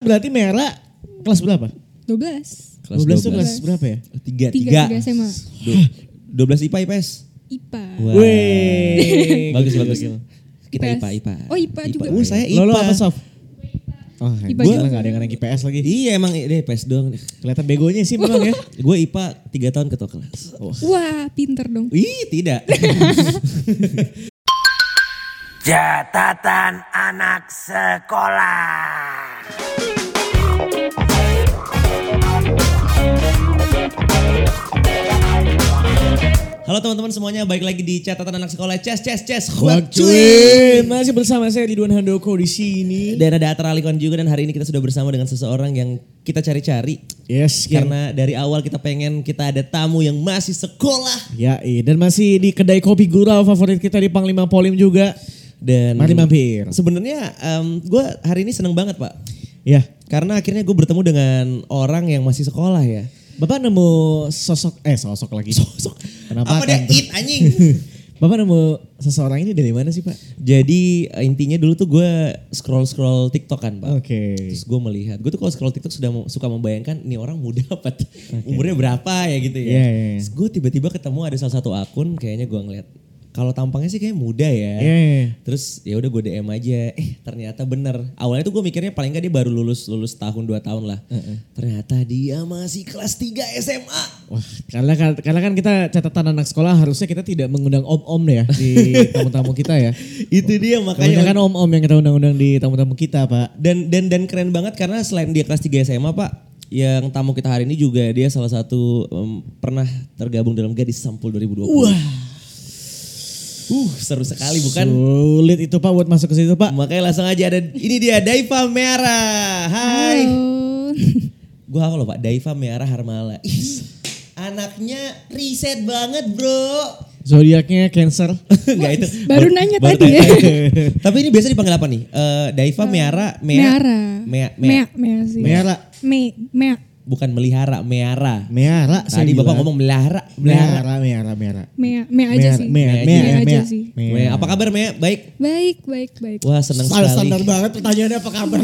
berarti Mera kelas berapa? 12. Kelas 12 itu kelas berapa ya? 3 SMA. 12 IPA IPS. IPA. Wih. Bagus. Kita IPS. IPA. Oh IPA juga. Saya IPA. Lo apa Sof? Oh, IPA gue juga. gak ada yang anak IPS lagi. Iya emang ini IPS doang. Kelihatan begonya sih memang ya. Gue IPA 3 tahun ketua kelas. Wah pinter dong. Tidak. Catatan anak sekolah. Halo teman-teman semuanya, balik lagi di catatan anak sekolah. Ces. Wah cuy, masih bersama saya Ridwan Handoko di sini. Dan ada Atar Alikon juga, dan hari ini kita sudah bersama dengan seseorang yang kita cari-cari. Yes, Karena dari awal kita pengen kita ada tamu yang masih sekolah. Ya, dan masih di kedai kopi gurau favorit kita di Panglima Polim juga. Dan Mari mampir. sebenarnya gue hari ini seneng banget Pak. Ya, Karena akhirnya gue bertemu dengan orang yang masih sekolah ya. Bapak nemu sosok lagi. Kenapa Apa deh kan? it anjing. Bapak nemu seseorang ini dari mana sih Pak? Jadi intinya dulu tuh gue scroll TikTok kan Pak. Oke. Terus gue melihat, gue tuh kalau scroll TikTok suka membayangkan ini orang muda apa, umurnya berapa ya gitu ya. Iya. Terus gue tiba-tiba ketemu ada salah satu akun, kayaknya gue ngeliat, kalau tampangnya sih kayak muda ya. Iya. Terus ya udah gue DM aja, ternyata bener. Awalnya tuh gue mikirnya paling gak dia baru lulus tahun 2 tahun lah. Ternyata dia masih kelas 3 SMA. Wah, karena kan kita catatan anak sekolah harusnya kita tidak mengundang om-om ya di tamu-tamu kita ya. Itu dia Makanya makanya. kan om-om yang kita undang-undang di tamu-tamu kita Pak. Dan keren banget karena selain dia kelas 3 SMA Pak, yang tamu kita hari ini juga dia salah satu pernah tergabung dalam Gadis Sampul 2020. Wah. Seru sekali bukan? Sulit itu Pak buat masuk ke situ Pak. Makanya langsung aja ada, ini dia Daiva Meara. Hai. Halo. Gue apa loh Pak, Daiva Meara Harmala. Anaknya riset banget bro. Zodiaknya Cancer. Enggak itu. Baru nanya tadi ya. Tapi ini biasa dipanggil apa nih? Daiva Meara. Mea sih. Meara. Mea. Bukan melihara, Meara. Meara. Tadi Bapak ngomong melihara. Meara. Mea aja sih. Mea aja sih. Mea. Apa kabar Mea? Baik. Baik. Wah seneng sekali. Standar banget pertanyaannya apa kabar?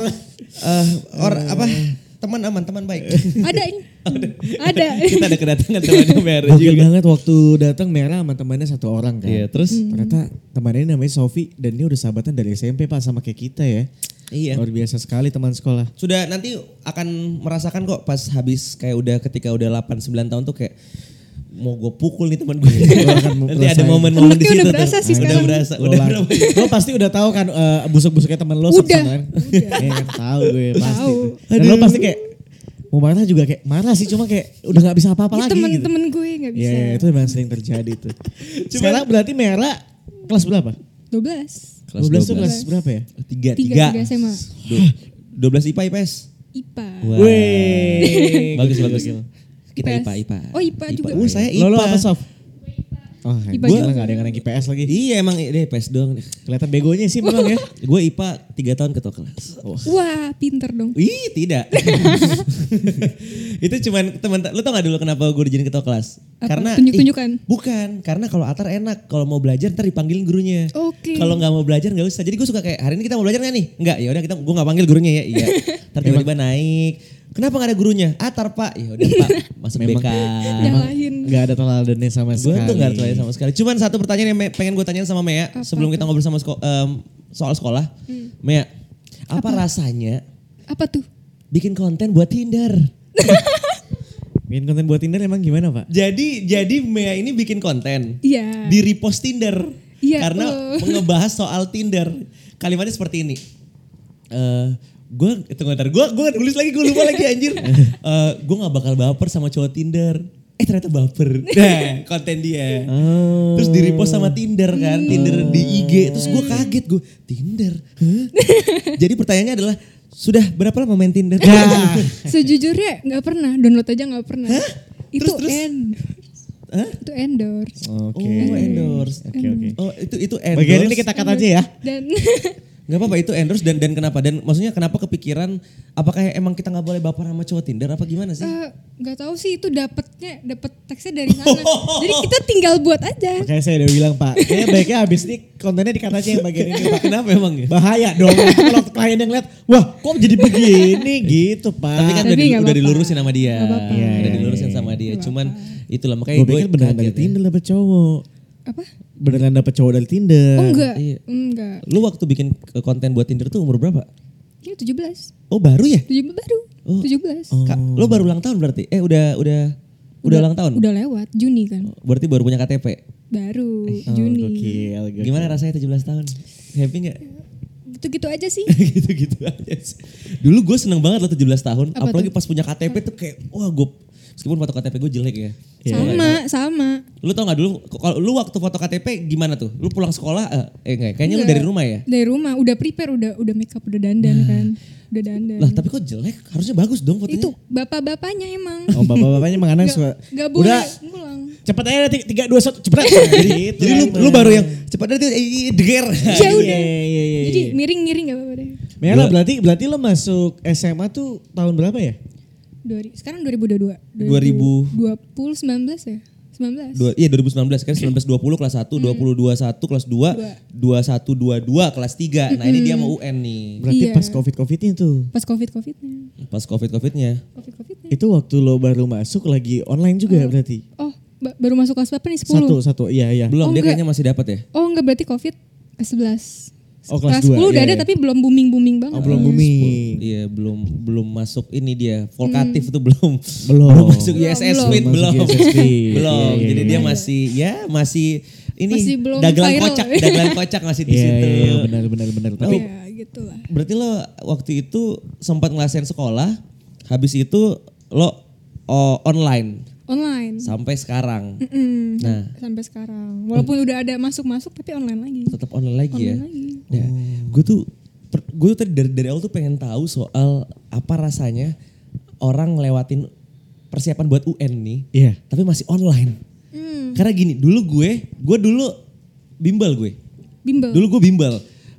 Teman aman, teman baik. Ada ini. Ada. Kita ada kedatangan temannya Meara Gokil juga. banget waktu datang Meara sama temannya satu orang kan. Iya, terus? Ternyata temannya namanya Sofi dan dia udah sahabatan dari SMP Pak sama kayak kita ya. Iya. Luar biasa sekali teman sekolah. Sudah nanti akan merasakan kok pas habis kayak udah ketika udah 8-9 tahun tuh kayak mau gue pukul nih teman gue. Nanti ada momen-momen di Anaknya situ. udah berasa sih Udah sekarang. berasa. Udah berapa? Lo pasti udah tahu kan busuk-busuknya teman lo Udah. kan? Iya kan tahu gue pasti. Tahu. Tuh. Dan lo pasti kayak mau marah juga kayak marah sih cuma kayak udah nggak bisa apa-apa lagi gitu. Temen-temen gue gak bisa. Iya itu memang sering terjadi tuh. Sekarang berarti Mera kelas berapa? 12. Kelas 12 itu kelas berapa ya? 3 SMA. 12 IPA IPS. IPA. Wah. Wih. Bagus. Gokil. Kita IPS. IPA. Oh IPA juga. Saya Lo IPA. apa Sof? Oh, IPA gue juga. gak ada yang anak IPS lagi. Iya emang ini IPS doang. Kelihatan begonya sih memang ya. Gue IPA 3 tahun ketua kelas. Wah pinter dong. Tidak. Itu cuman teman, lu tau gak dulu kenapa gue dijadiin ketua kelas? Apa? Karena Tunjuk-tunjukan? Bukan, karena kalau Atar enak, kalau mau belajar ntar dipanggilin gurunya. Oke. Kalau nggak mau belajar nggak usah. Jadi gue suka kayak hari ini kita mau belajar nggak nih? Nggak, ya udah gue nggak panggil gurunya ya. Iya. Ntar tiba-tiba naik. Kenapa nggak ada gurunya? Atar Pak. Ya udah Pak, masuk Memang- BK. Nyalahin. Gak ada teladannya sama Gue sekali. tuh nggak terlalu sama sekali. Cuman satu pertanyaan yang pengen gue tanyain sama Mea sebelum kita ngobrol sama soal sekolah. Mea, apa rasanya Apa tuh? bikin konten buat Tinder? Bikin konten buat Tinder emang gimana Pak? Jadi Mea ini bikin konten Iya. di repost Tinder Iya, karena ngebahas soal Tinder. Kalimatnya seperti ini. Gue nulis lagi, gue lupa lagi anjir. Gue gak bakal baper sama cowok Tinder. Ternyata baper. Nah, konten dia. Terus di repost sama Tinder kan, Tinder di IG. Terus gue kaget, Tinder. Hah? Jadi pertanyaannya adalah, sudah berapa lama main Tinder? Sejujurnya gak pernah. Download aja gak pernah. Itu Terus? Itu endorse. Oke. Oh endorse. Oke. Oh itu endorse. Bagian ini kita cut aja ya. Dan Nggak apa-apa itu endorse dan kenapa? Dan maksudnya kenapa kepikiran apakah emang kita nggak boleh baper sama cowok Tinder apa gimana sih? Gak tahu sih itu dapet teksnya dari sana. Jadi kita tinggal buat aja. Makanya saya udah bilang Pak, kayaknya baiknya habis ini kontennya dikat aja yang bagian ini Pak. Kenapa emang ya? Bahaya dong. Kalau klien yang lihat, wah kok jadi begini gitu Pak. Tapi kan Tapi nggak udah apa-apa. dilurusin sama dia. Nggak apa-apa. Udah Iya, dilurusin iya, sama dia. Nggak Cuman apa-apa. itulah makanya gue gue pikir beneran dari kaget ya. Tinder dapet cowok. Apa? Beneran dapet cowok dari Tinder. Oh enggak. Iya. Enggak. Lu waktu bikin konten buat Tinder tuh umur berapa? Ini 17. Oh baru ya? 17 baru. Oh. 17. Kak, lu baru ulang tahun berarti? Udah ulang tahun? Udah lewat Juni kan. Berarti baru punya KTP? Baru Oh, Juni. gokil. Gimana rasanya 17 tahun? Happy gak? Gitu-gitu aja sih. Gitu-gitu aja sih. Dulu gue seneng banget loh 17 tahun. Apa apalagi tuh? pas punya KTP tuh kayak wah gue meskipun foto KTP gue jelek ya. Sama. Lu tau gak dulu kalau lu waktu foto KTP gimana tuh? Lu pulang sekolah enggak kayaknya lu dari rumah ya? Dari rumah, udah prepare, udah make up, udah dandan kan. Udah dandan. Lah tapi kok jelek? Harusnya bagus dong fotonya. Itu bapak-bapaknya emang. Oh bapak-bapaknya menganang suka. Gak boleh Udah ngulang. cepet aja 3, 2, 1 cepet. Gitu. Jadi lu baru yang cepat dari deger. Ya udah. Iya. Jadi miring-miring gak apa-apa deh. Mela berarti lo masuk SMA tuh tahun berapa ya? Sekarang 2022. 2020 19 ya? 19. Iya 2019 kan 1920 kelas 1, 2021 kelas 2, 2122 kelas 3. Nah ini dia mau UN nih. Berarti Iya. pas Covid-Covidnya tuh. Pas Covid-Covidnya. Pas Covid-Covidnya. Covid-Covidnya. Itu waktu lo baru masuk lagi online juga berarti? Oh, baru masuk kelas berapa nih? 10? Satu, iya. Belum Oh, dia enggak. kayaknya masih dapat ya. Oh enggak, berarti Covid kelas 11. Oh, kelas 10 2, udah iya, ada iya. tapi belum booming banget. Oh belum booming. Iya belum masuk ini dia Volkatif itu belum Belum. masuk ISS Belum. Suite belum Masuk ISS. belum Iya, jadi iya, dia iya. masih ini Masih belum dagelan viral. kocak masih di Iya, situ. iya, benar. Tapi Ya gitu lah. Berarti lo waktu itu sempat ngelasain sekolah, habis itu lo online Online. sampai sekarang. Mm-mm. Nah. Sampai sekarang. Walaupun udah ada masuk tapi online lagi. Tetap online lagi ya. Online lagi. Ya, gue tuh tadi dari awal tuh pengen tahu soal apa rasanya orang ngelewatin persiapan buat UN nih, iya. tapi masih online. Karena gini, dulu gue dulu bimbel gue. Bimbel. Dulu gue bimbel.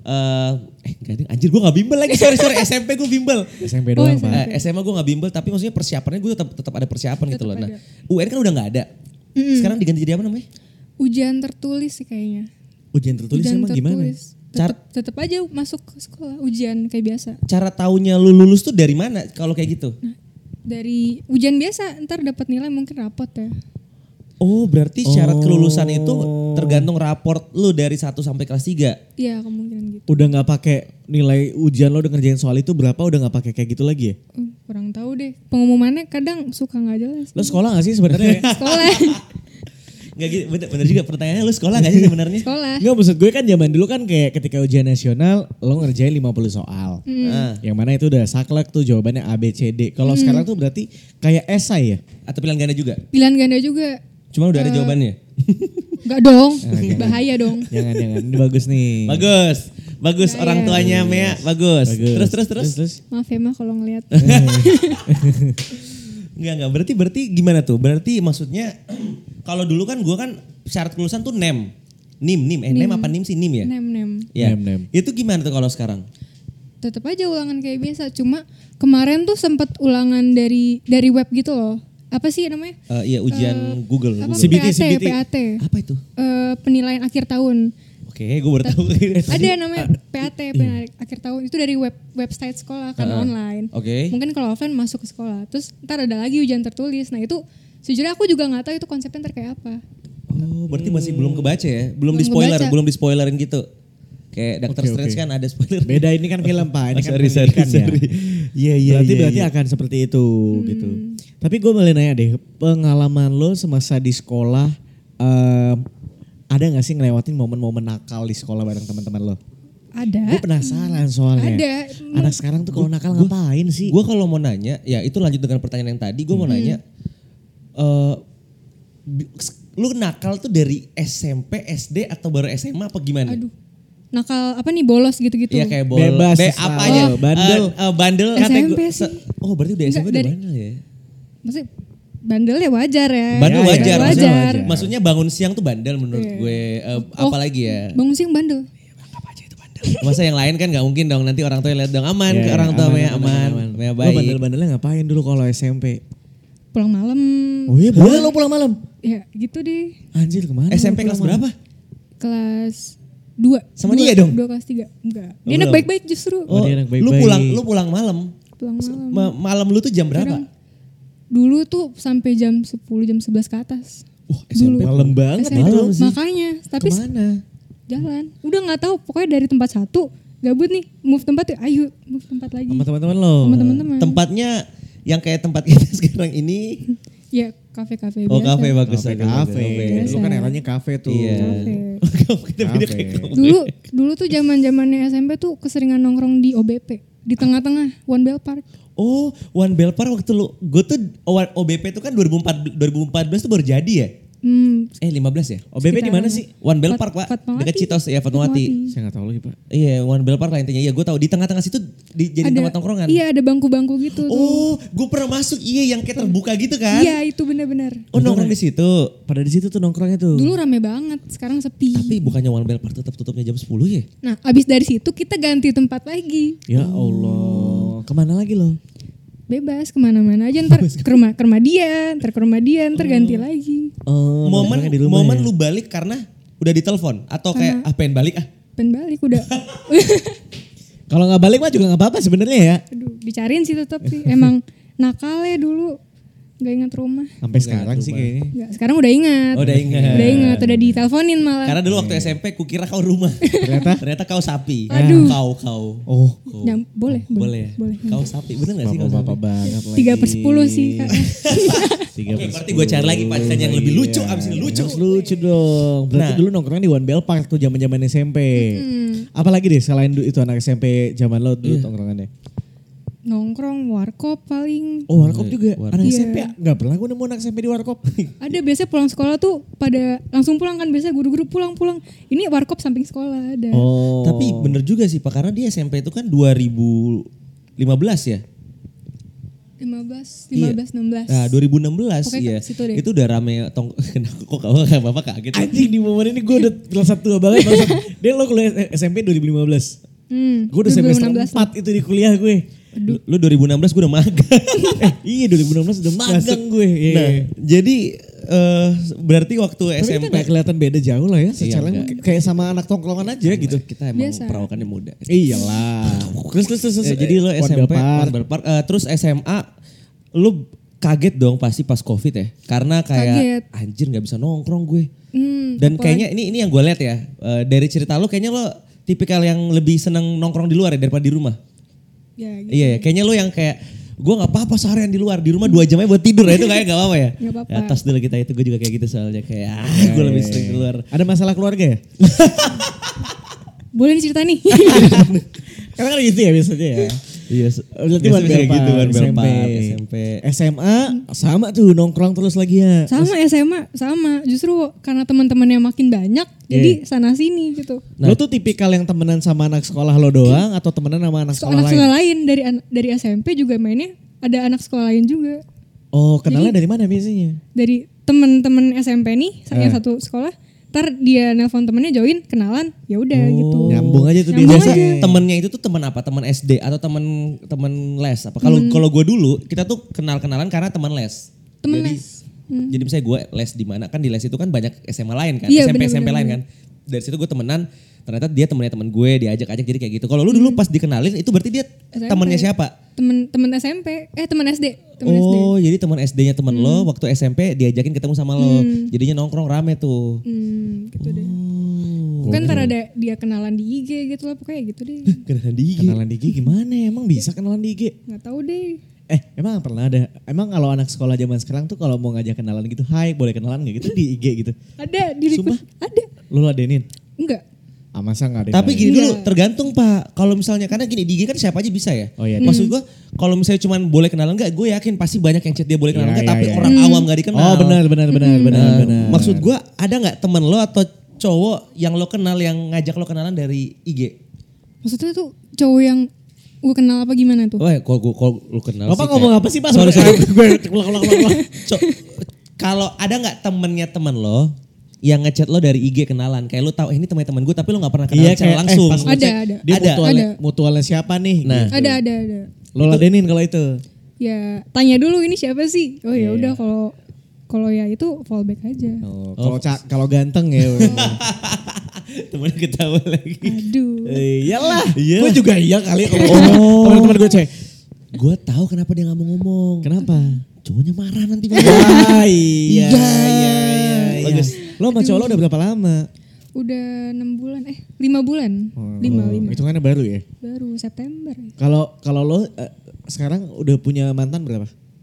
Gak ada, anjir gue gak bimbel lagi, sorry SMP gue bimbel. SMP doang SMP. Pak. SMA gue gak bimbel, tapi maksudnya persiapannya gue tetap ada persiapan gitu Tetap loh. Nah, ada. UN kan udah gak ada. Sekarang diganti jadi apa namanya? Ujian tertulis sih kayaknya. Ujian tertulis emang gimana? Tetap aja masuk ke sekolah ujian kayak biasa. Cara taunya lu lulus tuh dari mana kalau kayak gitu? Dari ujian biasa ntar dapat nilai mungkin rapot ya. Oh berarti syarat kelulusan itu tergantung raport lu dari 1 sampai kelas 3. Iya kemungkinan gitu. Udah nggak pakai nilai ujian lo udah ngerjain soal itu berapa udah nggak pakai kayak gitu lagi ya? Kurang tahu deh. Pengumumannya kadang suka nggak jelas. Lo sekolah nggak sih sebenarnya? Sekolah. Nggak gitu, bener juga pertanyaannya lu sekolah gak sih sebenarnya? Sekolah. Enggak maksud gue kan zaman dulu kan kayak ketika ujian nasional lo ngerjain 50 soal. Ah, Yang mana itu udah saklek tuh jawabannya A, B, C, D. Kalau sekarang tuh berarti kayak esai ya? atau pilihan ganda juga? Pilihan ganda juga. Cuma udah ada jawabannya? Enggak dong. Bahaya dong. Jangan, ini bagus nih. Bagus orang tuanya Mea, bagus. Terus. Maaf ya mah kalau ngelihat. Enggak, berarti gimana tuh? Berarti maksudnya kalau dulu kan gue kan syarat kelulusan tuh NEM apa NIM sih? NIM ya? Nem. Ya. Nem. Itu gimana tuh kalau sekarang? Tetap aja ulangan kayak biasa. Cuma kemarin tuh sempat ulangan dari web gitu loh. Apa sih namanya? Iya ujian Google. Apa? CBT. PAT. Apa itu? Penilaian akhir tahun. Oke, gue baru tahu. Ada namanya PAT penilaian akhir tahun. Itu dari website sekolah kan online. Oke. Mungkin kalau offline masuk ke sekolah. Terus ntar ada lagi ujian tertulis. Nah itu sejujurnya aku juga nggak tahu itu konsepnya ntar kayak apa. Oh, berarti masih belum kebaca ya? Belum Belum di spoilerin gitu. Kayak Doctor Oke, Strange oke. kan ada spoiler. Beda ini kan film Pak, ini kan sorry. pendidikan ya. Iya. Berarti akan seperti itu gitu. Tapi gue boleh nanya deh, pengalaman lo semasa di sekolah ada gak sih ngelewatin momen-momen nakal di sekolah bareng teman-teman lo? Ada. Gue penasaran soalnya. Ada. Anak sekarang tuh kalau nakal ngapain sih? Gue kalau mau nanya, ya itu lanjut dengan pertanyaan yang tadi. Gue mau nanya, lu nakal tuh dari SMP, SD atau baru SMA apa gimana? Aduh. Nakal apa nih bolos gitu-gitu. Iya kayak Bebas, apa terserah. aja? Bandel. Bandel. SMP Kata sih. oh berarti udah SMP Enggak, udah dari- bandel ya? Maksudnya bandel ya wajar ya. Bandel Ya, wajar. wajar. Maksudnya bangun siang tuh bandel menurut gue. Apalagi ya? Bangun siang bandel. Masa yang lain kan nggak mungkin dong, nanti orang tua lihat dong aman, Ya, ke orang tua aman, Maya aman, Maya Lo baik. bandel-bandelnya ngapain dulu kalau SMP? Pulang malam. Oh iya, boleh lo pulang malam? Ya gitu deh. Anjir kemana? SMP lo kelas pulang malam? berapa? Kelas 2. Sama dia dong? 2 kelas 3. Enggak. Dia belum. anak baik-baik justru. Oh, dia anak lu baik-baik. pulang malam. Pulang malam. Malam lu tuh jam berapa? Kadang dulu tuh sampai jam 10, jam 11 ke atas. SMP Malam banget SMP. malam sih. Makanya, tapi Kemana? jalan. Udah nggak tahu, pokoknya dari tempat satu gabut nih, move tempat tuh, ayo move tempat lagi. Sama teman-teman lo. Sama teman-teman. Tempatnya yang kayak tempat kita sekarang ini. Ya kafe-kafe Oh biasa. kafe bagus. Kafe. Biasa. Dulu kan eranya kafe tuh. Iya. Kafe. Kita beda Kafe. kayak kamu. Dulu tuh zaman-zamannya SMP tuh keseringan nongkrong di OBP di tengah-tengah One Bell Park. Oh, One Bell Park waktu gue tuh OBP tuh kan 2014 tuh baru jadi ya? 15 ya? OBP di mana sih? One Bell Park, Pak. Fatmawati. Dekat Citos ya, Fatmawati. Saya gak tahu lagi, Pak. Iya, One Bell Park lah intinya. Iya, gue tahu di tengah-tengah situ jadi tempat nongkrongan. Iya, ada bangku-bangku gitu tuh. Oh, gue pernah masuk. Iya, yang kayak terbuka gitu kan? Iya, itu benar-benar. Oh, nongkrong di situ. Pada di situ tuh nongkrongnya tuh. Dulu rame banget, sekarang sepi. Tapi bukannya One Bell Park tetap tutupnya jam 10 ya? Nah, abis dari situ kita ganti tempat lagi. Ya Allah. Kemana lagi lo? Bebas kemana-mana aja, ntar ke rumah dia, ntar ke rumah dia, ntar ganti lagi. Oh, momen nongkrongnya di rumah momen ya? lu balik karena udah ditelepon atau kayak pengen balik ah? Pengen balik udah. Kalau nggak balik mah juga nggak apa-apa sebenarnya ya. Aduh, dicariin sih tetap sih. Emang nakal ya dulu. Gak ingat rumah. Sampai sekarang sih kayaknya. Nggak, sekarang udah ingat. Oh, udah ingat. Udah ingat, udah diteleponin malah. Karena dulu waktu SMP kukira kau rumah. Ternyata kau sapi. Aduh. Kau. Oh, Ya, boleh. Boleh. Kau sapi. Bener gak sih kau sapi? bapak-bapak banget lagi. 3/10 sih Kak. Oke, berarti gue cari lagi pacar yang lebih lucu. Abis ini lucu. Harus lucu dong. Berarti Nah. dulu nongkrongnya di One Bell Park tuh zaman-zaman SMP. Apalagi deh selain itu anak SMP zaman lo dulu nongkrongannya. Nongkrong, warkop paling. Oh, warkop juga. Anak Iya. SMP ya? Nggak pernah gue nemu anak SMP di warkop. Ada biasanya pulang sekolah tuh pada langsung pulang kan, biasanya guru-guru pulang. Ini warkop samping sekolah ada. Oh. Tapi bener juga sih Pak, karena dia SMP itu kan 2015 ya? 15, 16. Nah 2016 Pokoknya iya. ke situ deh. Itu udah rame kok kamu gak apa-apa kaget. Anjing di momen ini gue udah kelas 1 banget. Dia lo kuliah SMP 2015. Gue udah semester 4 itu di kuliah gue. Lu 2016 gue udah magang. Iya 2016 udah magang gue. Iya, Nah, iya. jadi berarti waktu Tapi SMP kita gak kelihatan beda jauh lah ya. Secara enggak. kayak sama anak tongkrongan aja gitu. kita emang Biasa. perawakannya muda. Iyalah. Terus. Ya, jadi lo One SMP, Bell Park. One Bell Park, terus SMA, lu kaget dong pasti pas COVID ya, karena kayak Kaget. anjir nggak bisa nongkrong gue. Dan Apalagi- kayaknya ini yang gue lihat ya dari cerita lo, kayaknya lo tipikal yang lebih seneng nongkrong di luar ya daripada di rumah. Ya, gitu. Iya, kayaknya lo yang kayak gue nggak apa-apa seharian di luar, di rumah 2 jam aja buat tidur ya itu kayak nggak apa-apa ya. Nggak apa-apa. Ya, tos dulu kita itu gue juga kayak gitu soalnya kayak gue lebih sering di luar. Ada masalah keluarga ya? Boleh cerita nih. Karena kan gitu ya biasanya ya. Iya, Berarti biasa One Bell kayak gitu, Park, One Bell SMP. Park, SMP. SMA sama tuh nongkrong terus lagi ya. Sama SMA, sama. Justru karena teman-temannya makin banyak, jadi sana sini gitu. Lo tuh tipikal yang temenan sama anak sekolah lo doang atau temenan sama anak sekolah Anak lain? sekolah lain dari SMP juga mainnya ada anak sekolah lain juga. Oh, kenalnya dari mana biasanya? Dari teman-teman SMP nih, yang satu sekolah, ntar dia nelpon temennya join, kenalan, ya udah gitu. Nyambung aja tuh Nyambung biasa. aja. Temennya itu tuh teman apa? Teman SD atau teman les apa? Kalau gue dulu kita tuh kenalan karena teman les. Temen Jadi, les. Jadi misalnya gue les di mana kan di les itu kan banyak SMA lain kan, Iya, SMP bener-bener. lain kan. Dari situ gue temenan, ternyata dia temennya teman gue, diajak-ajak jadi kayak gitu. Kalau lu dulu pas dikenalin itu berarti dia SMP. temannya siapa? Temen SMP, temen SD. Temen SD. Oh, jadi teman SD-nya teman lo waktu SMP diajakin ketemu sama lo. Jadinya nongkrong rame tuh. Gitu deh. Oh. Bukan ntar ada dia kenalan di IG gitu lah, pokoknya gitu deh. Kenalan di IG. Kenalan di IG gimana? Emang bisa kenalan di IG? Nggak tahu deh. Emang pernah ada? Emang kalau anak sekolah zaman sekarang tuh kalau mau ngajak kenalan gitu, hai boleh kenalan gak gitu di IG gitu? Ada di request. Ada. Lu ladenin? Enggak. Masa gak ada? Tapi gini dulu, Enggak. tergantung Pak. Kalau misalnya karena gini di IG kan siapa aja bisa ya. Oh iya. Maksud gua kalau misalnya cuman boleh kenalan enggak, gue yakin pasti banyak yang chat dia boleh kenalan Iya, enggak, iya, tapi iya. orang awam gak dikenal. Oh benar. Maksud gua ada nggak temen lo atau cowok yang lo kenal yang ngajak lo kenalan dari IG? Maksudnya tuh cowok yang gue kenal apa gimana tuh? Wah, kalau lo kenal Bapak sih ngomong kayak- apa sih Pak? Sorry. Gue ulang. Kalau ada nggak temennya temen lo yang ngechat lo dari IG kenalan. Kayak lo tahu ini teman-teman gue tapi lo gak pernah kenal secara langsung. pas ngecek, Ada. Dia Ada. mutualnya siapa nih? Nah. gitu. Ada. Lo ladenin kalau itu. Ya tanya dulu ini siapa sih? Oh ya udah kalau ya itu fallback aja. Kalau ganteng ya. Temen ketawa lagi. Aduh. Iyalah. Iya. Gue juga iya kali kalau teman gue cek. Gue tahu kenapa dia gak mau ngomong. Kenapa? Cowoknya marah nanti. Iya. Bagus. Lo sama cowok lo udah berapa lama? Udah 6 bulan, 5 bulan. 5. Hitungannya baru ya? Baru September. Kalau lo sekarang udah punya mantan berapa?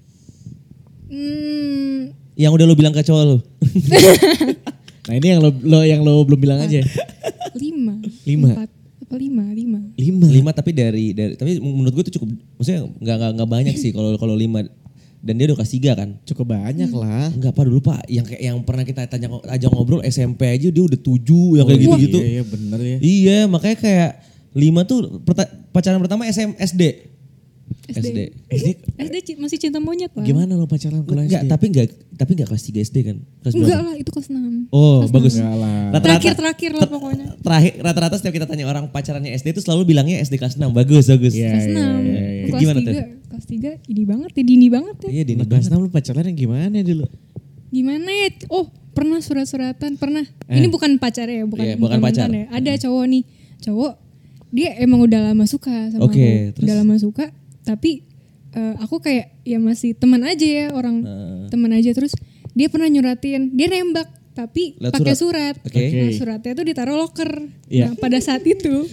Yang udah lo bilang ke cowok lo. Nah ini yang lo belum bilang aja. 5. 5. 5. 5 tapi tapi menurut gue itu cukup, maksudnya nggak banyak sih kalau 5, dan dia udah kelas 3 kan. Cukup banyak lah. Enggak apa dulu Pak, yang pernah kita ajak ngobrol SMP aja dia udah 7 yang kayak gitu-gitu. Iya bener ya. Iya makanya kayak 5 tuh pacaran pertama SD. Masih cinta monyet lah. Gimana lo pacaran kelas Enggak, SD? tapi enggak kelas 3 SD kan? Kelas Enggak berapa? lah itu kelas 6. Oh, Kelas bagus. 6. Enggak lah. Terakhir lah pokoknya. Rata-rata setiap kita tanya orang pacarannya SD itu selalu bilangnya SD kelas 6. Bagus. Iya, Kelas 6. iya. Kelas Gimana 3, tuh? kelas 3 dini banget ya, dini banget ya. Iya, Dini Kelas 6 lo pacaran yang gimana dulu? Gimana ya? Oh, pernah surat-suratan, pernah. Ini bukan pacar ya, Iya, bukan pacar. mantan ya. Ada cowok nih. Cowok dia emang udah lama suka sama Oke, aku. terus? Udah lama suka, tapi aku kayak ya masih teman aja ya, orang teman aja. Terus dia pernah nyuratin, dia nembak tapi Lewat pakai surat. Oke. Nah, suratnya tuh ditaruh loker. Iya. Nah, pada saat itu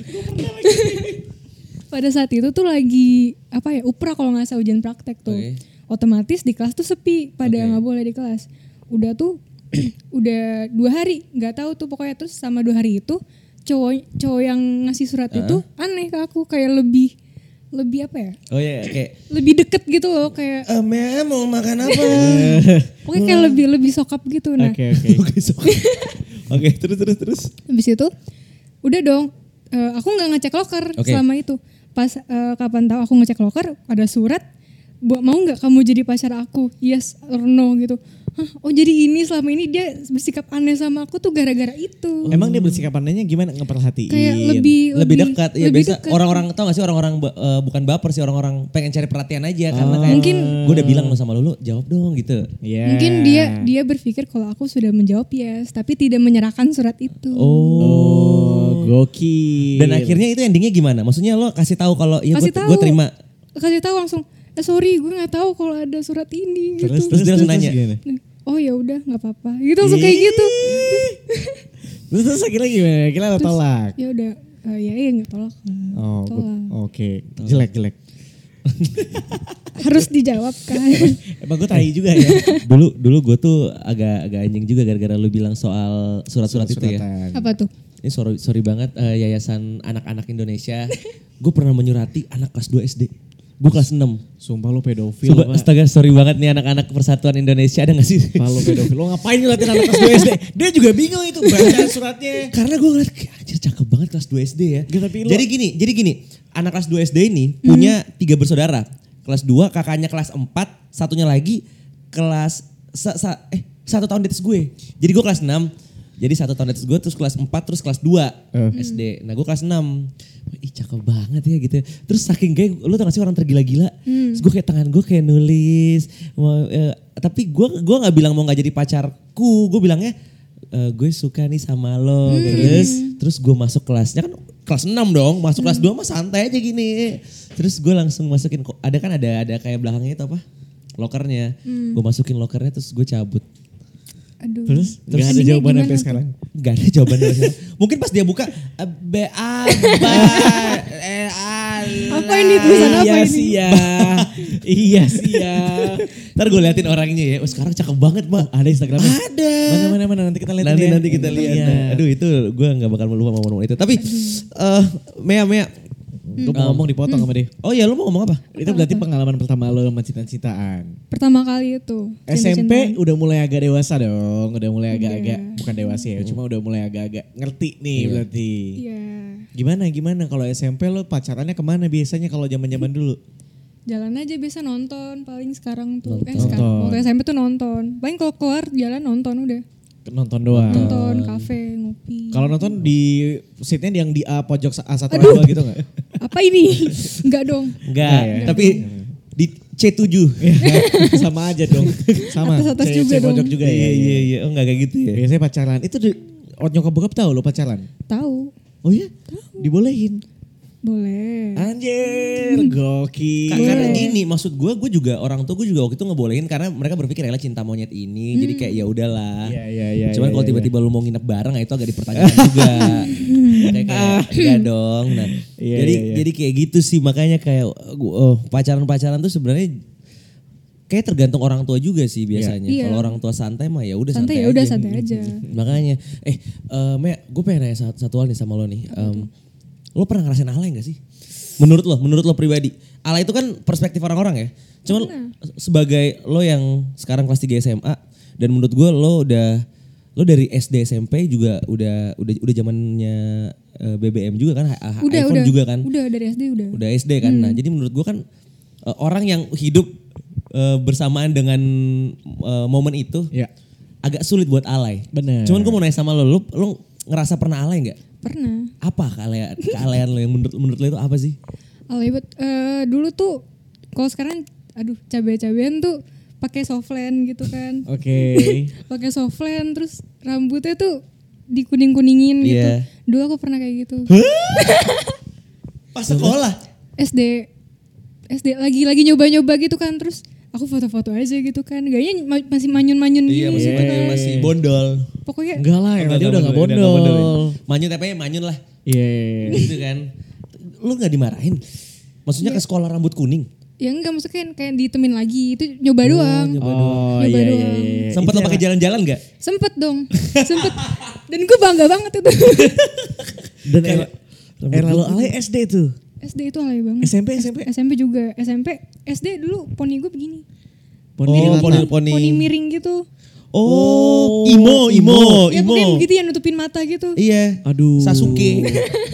pada saat itu tuh lagi uprah kalau nggak salah, ujian praktek tuh. Oke. Otomatis di kelas tuh sepi, pada Oke. nggak boleh di kelas. Udah tuh udah 2 hari nggak tahu tuh pokoknya. Terus sama 2 hari itu cowok yang ngasih surat itu aneh ke aku, kayak lebih apa ya? Oh iya, kayak Lebih deket gitu loh, kayak Mea mau makan apa? pokoknya kayak lebih sokap gitu. Nah, Oke. Oke, terus. habis itu udah dong, aku nggak ngecek loker Oke. selama itu. Pas kapan tahu aku ngecek loker ada surat, mau nggak kamu jadi pacar aku? Yes or no gitu. Hah, oh jadi ini selama ini dia bersikap aneh sama aku tuh gara-gara itu. Emang dia bersikap anehnya gimana, ngeperhatiin? Kayak lebih dekat. Ya lebih biasa dekat. orang-orang tau gak sih orang-orang bukan baper sih, orang-orang pengen cari perhatian aja karena kayak Mungkin- gue udah bilang lo sama lu jawab dong gitu. Iya. Mungkin dia berpikir kalau aku sudah menjawab yes, tapi tidak menyerahkan surat itu. Oh, gokil. Dan akhirnya itu endingnya gimana? Maksudnya lo kasih tahu kalau ya Kasih gue tahu. terima. Kasih tahu langsung. Sorry, gue nggak tahu kalau ada surat ini gitu. Terus dia langsung nanya. gimana? Oh ya udah, nggak apa-apa. Gitu langsung kayak gitu. Terus akhirnya gimana? Akhirnya lo tolak. Ya udah, ya nggak tolak. Oh, Tolak. oke. Jelek. Harus dijawab kan. Emang gue tai juga ya. Dulu gue tuh agak anjing juga gara-gara lu bilang soal surat-surat itu ya. Suratan. Apa tuh? Ini sorry banget, Yayasan Anak-anak Indonesia. Gue pernah menyurati anak kelas 2 SD. Gue kelas 6. Sumpah lo pedofil. Coba, Pak. astaga sorry banget nih anak-anak Persatuan Indonesia, ada gak sih? Pak, lo pedofil. Lo ngapain nyulatin anak kelas 2 SD? Dia juga bingung itu baca suratnya. Karena gue ngeliat, anjir cakep banget kelas 2 SD ya. Gak, tapi lo- Jadi gini, anak kelas 2 SD ini punya 3 bersaudara. Kelas 2 kakaknya kelas 4, satunya lagi kelas 1 tahun di atas gue. Jadi gue kelas 6. Jadi 1 tahun di atas gue, terus kelas 4, terus kelas 2 SD. Nah gue kelas 6. Ih cakep banget ya gitu. Terus saking kayak, lu tau gak sih orang tergila-gila? Terus gue kayak tangan gue kayak nulis. Tapi gue gak bilang mau gak jadi pacarku. Gue bilangnya, gue suka nih sama lo. Terus gue masuk kelasnya kan kelas 6 dong. Masuk kelas 2 mah santai aja gini. Terus gue langsung masukin, ada kayak belakangnya itu apa? Lokernya. Gue masukin lokernya terus gue cabut. Aduh. Terus gak ada Endingnya jawaban gimana sampai tuh? sekarang. Gak ada jawaban dari sana. Mungkin pas dia buka Apa ini tulisan apa Iya ini? sih ya. Iya sih ya. Ntar gue liatin orangnya ya. Oh sekarang cakep banget Mbak. Ada Instagramnya? Ada. Mana nanti kita lihat. Nanti kita lihat. Iya. Nah, aduh itu gue gak bakal lupa momen-momen itu. Tapi Mea. Gue mau ngomong dipotong sama dia. Oh ya lu mau ngomong apa? Itu berarti pengalaman pertama lo sama cinta-cintaan. Pertama kali itu. SMP udah mulai agak dewasa dong. Udah mulai agak-agak, bukan dewasa ya. Cuma udah mulai agak-agak ngerti nih berarti. Iya. Gimana kalau SMP lo pacarannya kemana biasanya kalau zaman-zaman dulu? Jalan aja biasa nonton paling sekarang tuh. Nonton. Sekarang waktu SMP tuh nonton. Paling kalau keluar jalan nonton udah. Nonton doang. Nonton, kafe, ngopi. Kalau nonton di seatnya yang di A pojok A1 A2 gitu gak? Apa ini? Enggak dong. Enggak, ya. tapi di C7. Sama aja dong. Sama. Atas-atas C- juga C pojok dong. juga ya. Iya. Oh enggak kayak gitu ya. Biasanya pacaran. Itu nyokap bokap tahu lo pacaran? Tahu. Oh iya? Dibolehin. Boleh. Anjir, gokil. Karena gini, maksud gue juga orang tua gue juga waktu itu ngebolehin karena mereka berpikir ya cinta monyet ini, jadi kayak ya udahlah. Iya. Cuman kalau tiba-tiba lu mau nginep bareng, itu agak dipertanyakan juga. kayak enggak dong. Nah, Iya, jadi kayak gitu sih, makanya kayak pacaran-pacaran tuh sebenarnya kayak tergantung orang tua juga sih biasanya. Iya. Kalau orang tua santai mah ya udah Santai santai ya udah aja. santai aja. Makanya, Mea, gue pengen nanya satu hal nih sama lo nih. Lo pernah ngerasain alay gak sih? Menurut lo pribadi. Alay itu kan perspektif orang-orang ya. Cuman sebagai lo yang sekarang kelas 3 SMA dan menurut gue lo dari SD SMP juga udah zamannya BBM juga kan, iPhone juga kan. Udah dari SD udah. Udah SD kan. Nah, jadi menurut gue kan orang yang hidup bersamaan dengan momen itu Iya. agak sulit buat alay. Bener. Cuman gue mau nanya sama lo ngerasa pernah alay nggak? Pernah. Apa kealayan lo yang menurut lo itu apa sih? Alay banget. Dulu tuh kalau sekarang cabai-cabean tuh pakai softland gitu kan. Oke. Pakai softland terus rambutnya tuh dikuning-kuningin gitu. Iya. Dulu aku pernah kayak gitu. Pas sekolah. SD lagi nyoba-nyoba gitu kan, terus aku foto-foto aja gitu kan. Gayanya masih manyun-manyun Iya, gini gitu kan. masih bondol. Pokoknya Enggak lah, ya, dia udah gak bondol. Manyun tapi manyun lah. Iya. Gitu kan. Lu gak dimarahin? Maksudnya ke sekolah rambut kuning? ya enggak maksudnya kan kayak ditemin lagi. Itu nyoba doang. Oh Nyoba iya doang. iya. Sempet lo pakai jalan-jalan gak? Sempet dong. Sempet. Dan gue bangga banget itu. Dan era lo alay SD tuh. SD itu alay banget. SMP juga. SD dulu poni gue begini. Poni miring gitu. Oh, Ya imo. pokoknya begitu ya nutupin mata gitu. Iya. Aduh. Sasuke.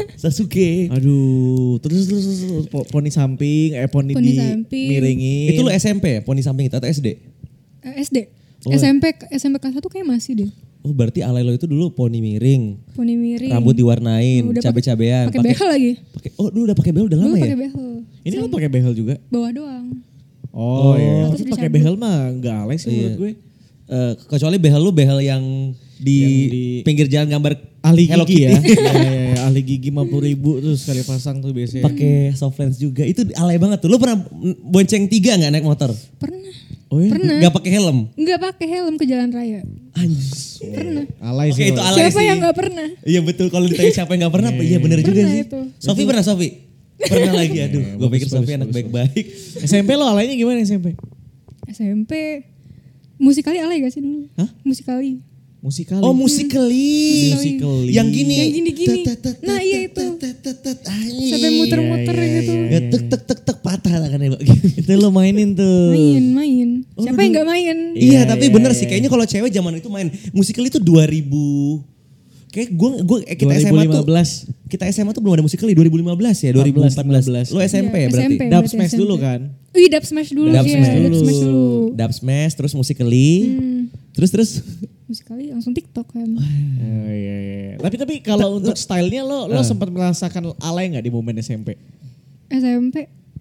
Aduh, terus poni samping, poni di samping. miringin. Itu lo SMP ya? Poni samping itu atau SD? SD. Oh. SMP kelas 1 kayak masih deh. Oh berarti alay lo itu dulu poni miring. Poni miring. Rambut diwarnain, Udah cabe-cabean. Pakai behel lagi. Dulu udah pakai behel udah Dulu lama ya? pakai behel. Ini lo pakai behel juga? Bawah doang. Oh iya. Terus Terus pakai dicabut. behel mah enggak alay sih menurut gue. Kecuali behel lu behel yang di pinggir jalan gambar Ahli Hello gigi Kitty. ya. Iya, ahli gigi 50.000 tuh sekali pasang tuh biasanya. Pakai soft lens juga. Itu alay banget tuh. Lu pernah bonceng 3 enggak naik motor? Pernah. Oh iya. Pernah. Gak pakai helm? Enggak pakai helm ke jalan raya. Anjir. Pernah. Alay Oke, sih. itu Bang. alay Siapa sih. yang enggak pernah? Iya betul. Kalau ditanya siapa yang gak pernah, iya bener juga Pernah sih. itu. Sofi pernah Sofi? Pernah lagi, aduh. Gue pikir Sofi anak bagus. baik-baik. SMP lo alaynya gimana SMP? SMP Musikali alay gak sih dulu? Hah? Musikali. Musikali. Oh Musikali. Musikali. Yang gini. Yang gini-gini. Nah, iya itu. Sampai muter-muter Iya, gitu. Ya tek patah tangannya. Itu lo mainin tuh. Main. Siapa yang gak main? Iya, tapi bener sih kayaknya kalau cewek zaman itu main Musikali itu 2000. Kayak kita SMA tuh 2015. kita SMA tuh belum ada Musikali 2015 ya, 2014. 14. Lo SMP Iya, ya berarti? SMP. Dub berarti Smash SMP. dulu kan? Wih, Dub Smash dulu. Dub Iya, Smash Dub Smash dulu. Dub Smash terus Musikali. Terus Musikali langsung TikTok kan. Oh iya. Tapi kalau untuk stylenya lo sempat merasakan alay nggak di momen SMP? SMP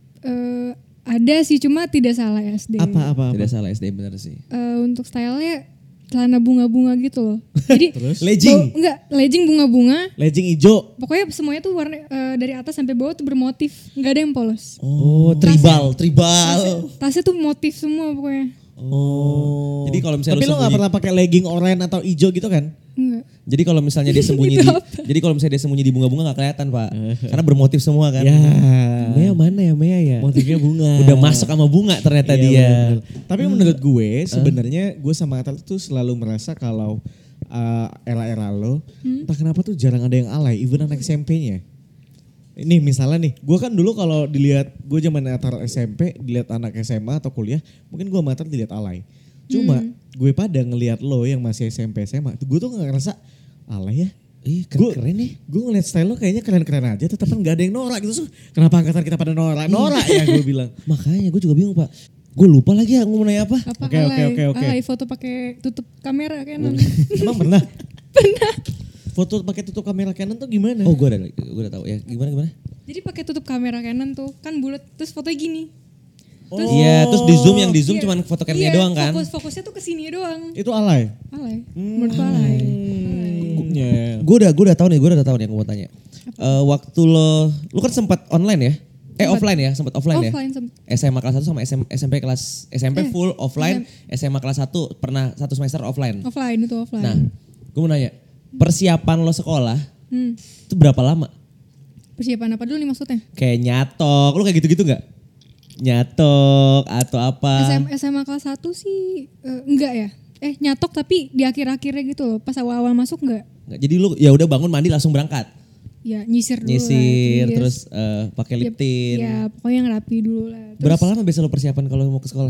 ada sih cuma tidak salah SD. Apa? tidak salah SD bener sih. Untuk stylenya celana bunga-bunga gitu loh. Jadi Legging. legging bunga-bunga. Legging hijau. Pokoknya semuanya tuh warna dari atas sampai bawah tuh bermotif, nggak ada yang polos. Oh, tribal. Tasnya tuh motif semua pokoknya. Oh. Jadi kalau misalnya Tapi lo nggak pernah pakai legging oranye atau hijau gitu kan? Enggak. Jadi kalau misalnya dia sembunyi di bunga-bunga nggak kelihatan, Pak. Karena bermotif semua kan. Ya. Mea ya. Motifnya bunga. Udah masuk sama bunga ternyata Iya, dia. bener. Tapi menurut gue sebenarnya gue sama Atal tuh selalu merasa kalau era-era lo entah kenapa tuh jarang ada yang alay, even anak SMP-nya. Ini misalnya nih, gue kan dulu kalau dilihat gue zaman Atal SMP, dilihat anak SMA atau kuliah, mungkin gue sama Atal dilihat alay. Cuma gue pada ngelihat lo yang masih SMP SMA, gue tuh gak ngerasa alay ya. Keren nih. Gue ngeliat style lo kayaknya keren-keren aja, tetapi gak ada yang norak gitu. So, kenapa angkatan kita pada norak ya gue bilang. Makanya gue juga bingung, Pak. Gue lupa lagi ya mau nanya apa. Apa Oke. alay foto pakai tutup kamera Canon. Emang pernah? Foto pakai tutup kamera Canon tuh gimana? Oh gue udah tahu ya. Gimana? Jadi pakai tutup kamera Canon tuh kan bulat terus fotonya gini. Iya, terus yang di zoom Iya. cuman foto camnya Iya, doang kan. Fokusnya tuh ke sini doang. Itu alay. Alay. Menurut alay. Ya. Gue udah tahu nih yang gue mau tanya. Waktu lu kan sempat online ya? Offline ya, sempat offline ya. SMA kelas 1 sama SMP full offline, SMA kelas 1 pernah 1 semester offline. Offline itu offline. Nah, gue mau nanya, persiapan lo sekolah itu berapa lama? Persiapan apa dulu nih maksudnya? Kayak nyatok, lu kayak gitu-gitu gak? Nyatok atau apa? SMA kelas 1 sih enggak ya. Nyatok tapi di akhir-akhirnya gitu loh. Pas awal-awal masuk enggak. Nggak, jadi lu ya udah bangun mandi langsung berangkat? Ya nyisir dulu Nyisir, lah. terus pakai lip tint. Ya pokoknya yang rapi dulu lah. Terus Berapa lama biasa lo persiapan kalau mau ke sekolah?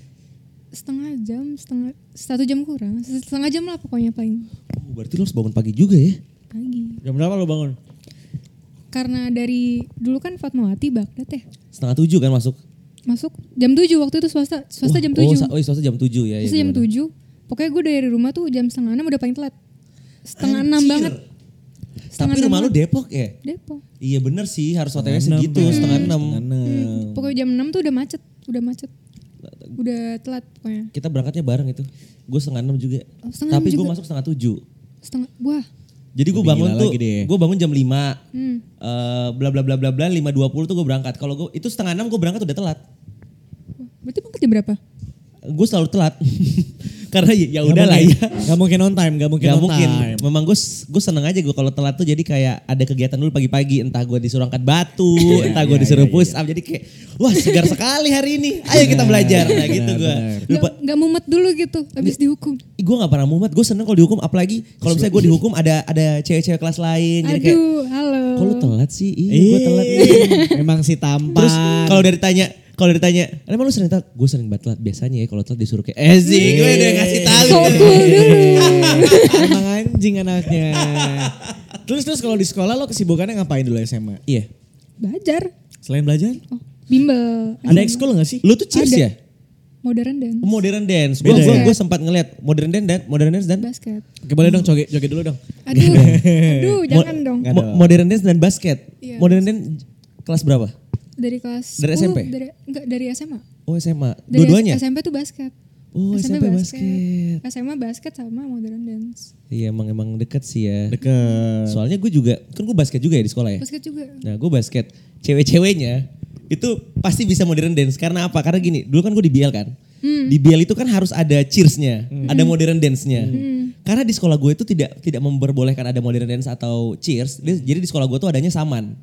Satu jam kurang. Setengah jam lah pokoknya paling. Berarti lo harus bangun pagi juga ya? Pagi. Jam berapa lo bangun? Karena dari dulu kan Fatmawati Baghdad ya. 6:30 kan masuk? Masuk jam 7 waktu itu swasta jam 7. Swasta jam 7 ya. Swasta jam 7. Pokoknya gue dari rumah tuh jam 5:30 udah paling telat. 5:30 banget. Tapi rumah lu Depok ya? Depok. Iya bener sih, harus OTW segitu, 5:30. Pokoknya jam 6 tuh udah macet. Udah telat pokoknya. Kita berangkatnya bareng itu. Gue 5:30 juga. Oh, 5:30 Tapi gue juga. masuk 6:30. Wah. Jadi gue Lebih bangun gila tuh, lagi deh. gue bangun jam 5. Bla bla bla bla bla 5:20 tuh gue berangkat. Kalau gue itu 5:30 gue berangkat udah telat. Berarti berangkat jam berapa? Gue selalu telat. Karena ya udah lah ya. Gak mungkin on time, gak mungkin Gak on mungkin. time. Memang gue seneng aja gue kalau telat tuh jadi kayak ada kegiatan dulu pagi-pagi. Entah gue disuruh angkat batu, entah gue disuruh push up. Jadi kayak wah segar sekali hari ini. Ayo kita belajar. Nah gitu gue. Gak mumet dulu gitu habis dihukum. Gue gak pernah mumet. Gue seneng kalau dihukum. Apalagi kalau misalnya gue dihukum ada cewek-cewek kelas lain. Jadi kayak Aduh, halo. kok lu telat sih? Iya gue telat. Emang si tampan. Terus kalau ditanya, emang lu sering telat? Gue sering banget telat. Biasanya ya kalau telat disuruh kayak sih gue udah ngasih tahu. So cool dulu. Emang anjing anaknya. Terus kalau di sekolah lo kesibukannya ngapain dulu SMA? Iya. Belajar. Selain belajar? Oh, bimbel. Ada ekskul gak sih? Lu tuh cheers Ada. ya? Modern dance. Modern dance. Beda ya? Gue sempat ngeliat modern dance dan Basket. Oke, boleh dong joget dulu dong. Aduh, jangan dong. Nggak dong. modern dance dan basket. Iya. Modern dance kelas berapa? Dari kelas Dari 10, SMP? Dari SMA. Oh SMA. Dari Dua-duanya? SMP tuh basket. Oh SMP basket. SMA basket sama modern dance. Iya emang deket sih ya. Deket. Soalnya gue juga, kan gue basket juga ya di sekolah ya. Basket juga. Nah gue basket, cewek-ceweknya itu pasti bisa modern dance. Karena apa? Karena gini, dulu kan gue di BL kan. Di BL itu kan harus ada cheersnya, ada modern dance-nya. Karena di sekolah gue itu tidak memperbolehkan ada modern dance atau cheers. Jadi di sekolah gue tuh adanya saman.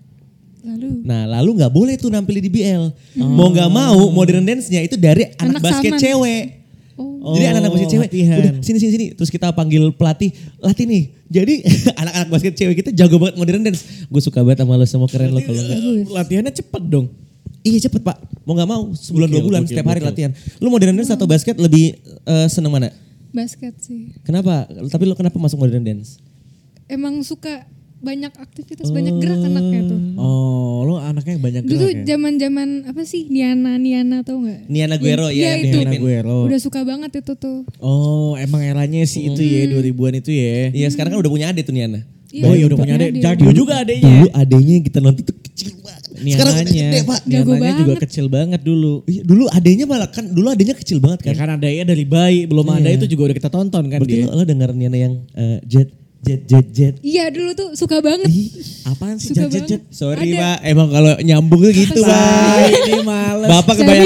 Lalu nggak boleh tuh nampil di BL. Mau nggak mau modern dance-nya itu dari anak basket saman. cewek. Oh. Jadi anak-anak basket cewek, latihan. udah sini. Terus kita panggil pelatih, latih nih. Jadi anak-anak basket cewek kita jago banget modern dance. Gue suka banget sama lo, semua keren lo kalau nggak. Latihannya cepet dong. Iya cepet pak, mau nggak mau sebulan Gokil, 2 bulan gokil, setiap hari gokil. latihan. Lu modern dance atau basket lebih seneng mana? Basket sih. Kenapa? Tapi lu kenapa masuk modern dance? Emang suka banyak aktivitas, banyak gerak anaknya tuh. Oh, lo anaknya banyak Dulu gerak ya? zaman apa sih Niana tau nggak? Niana Guerrero Iya, ya. itu. Niana Guerrero. Udah suka banget itu tuh. Oh, emang eranya sih itu ya 2000-an itu ya. Iya sekarang kan udah punya adik tuh Niana. Iya, Oh iya udah punya adek. adek. Jago juga adeknya. Dulu adenya yang kita nonton tuh kecil banget. Sekarang udah Niananya. gede pak. Jago Niananya juga banget. kecil banget dulu. Iya, dulu adenya malah kan dulu adenya kecil banget Ya kan. kan adanya dari bayi, belum ada itu juga udah kita tonton kan Berarti dia. lo denger Niana yang jet. Iya dulu tuh suka banget. Apaan sih Suka jet? Sorry Ada. pak, emang kalau nyambung tuh gitu pak. Ini males. Bapak Chemistry.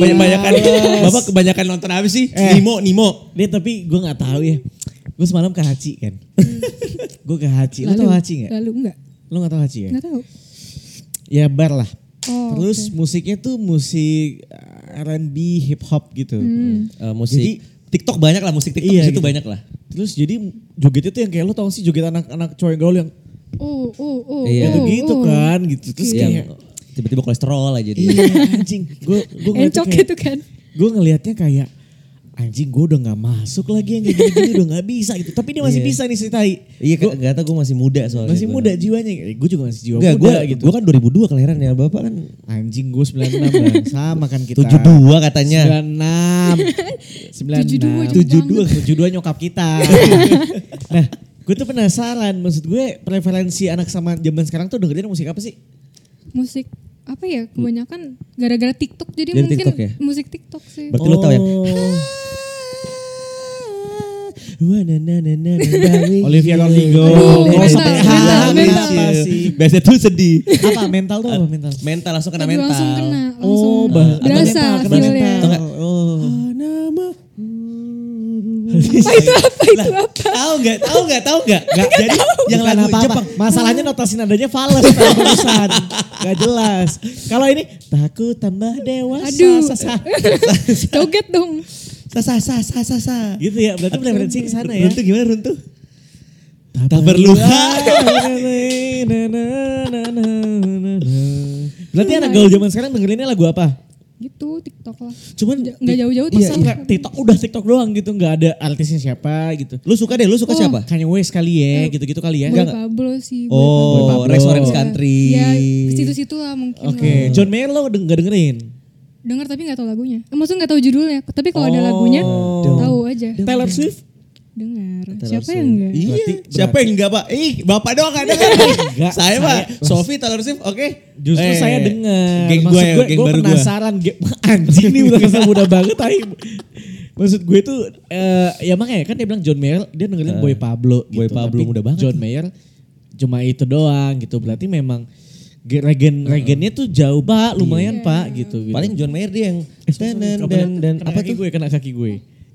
Bapak kebanyakan nonton apa sih? Nemo. Dia tapi gue gak tahu ya. Gue semalam ke Haji kan. Gue ke Haji. Lo tau Haji gak? Lalu enggak. Lo gak tau Haji ya? Enggak tahu. Ya bar lah. Oh, Terus musiknya tuh musik R&B, hip hop gitu. Musik. Jadi TikTok banyak lah, musik TikTok Iya, di situ gitu. banyak lah. Terus jadi jogetnya tuh yang kayak lo tau sih joget anak-anak cowok yang gaul yang Oh. Iya. gitu kan gitu. Terus Yang kayak tiba-tiba kolesterol aja dia. iya anjing. Gue Encok gitu kan. Gue ngelihatnya kayak anjing gue udah gak masuk lagi yang kayak gini-gini udah gak bisa gitu. Tapi dia masih bisa nih ceritain. Iya gak tau gue masih muda soalnya. Masih muda jiwanya. Gue juga masih jiwa Enggak, muda gitu. Gue kan 2002 kelahiran ya, Bapak kan. Anjing gue 96 Bang. Sama kan kita. 72 katanya. 96. 72 nyokap kita. Nah gue tuh penasaran. Maksud gue preferensi anak sama zaman sekarang tuh dengerin musik apa sih? Musik apa ya, kebanyakan gara-gara TikTok jadi Dari mungkin TikTok ya? musik TikTok sih. Berarti lo tau yang Olivia Rodrigo. Aduh, Sampai mental. apa sih? Biasanya tuh sedih. Apa mental tuh apa mental? Mental langsung kena Aduh, mental. langsung kena, Oh, langsung berasa kena feel-nya. mental. Tau nggak? Oh. Tahu nggak? Jadi yang Bukan lagu apa-apa. Jepang. Masalahnya notasi nadanya fals barusan. Gak jelas. Kalau ini takut tambah dewasa. Aduh. Sa. Joget dong. Sa. Gitu ya. Berarti preferensi ke sana ya. Runtuh gimana runtuh? Tak perlu. Berarti anak gaul zaman sekarang dengerinnya lagu apa? Gitu TikTok lah. Cuman Nggak jauh-jauh iya, TikTok. enggak, TikTok udah TikTok doang gitu, nggak ada artisnya siapa gitu. Lu suka siapa? Kanye West kali ya, gitu-gitu kali ya. Boy Enggak. Pablo sih. Boy Oh, Pablo. Rex Orange Country. Ya situ-situ lah mungkin. Oke, lah. John Mayer lo nggak dengerin? Dengar tapi nggak tahu lagunya. Maksudnya nggak tahu judulnya. Tapi kalau ada lagunya tahu aja. Taylor Swift? Dengar. Taylor Siapa Swift. yang enggak? Iya. Siapa yang enggak, Pak? Bapak doang kan dengar. Enggak, Saya, Pak. saya- Sophie Taylor Swift, oke. Justru saya denger. Geng Maksud gue ya, geng gue baru gue. penasaran. Anjing nih udah kesel muda banget. Maksud gue tuh, ya makanya kan dia bilang John Mayer, dia dengerin Boy Pablo gitu. Boy Pablo Tapi muda banget John tuh. Mayer cuma itu doang gitu. Berarti memang regennya tuh jauh Pak, lumayan Pak gitu. Paling John Mayer dia yang dan apa tuh? Kena kaki gue.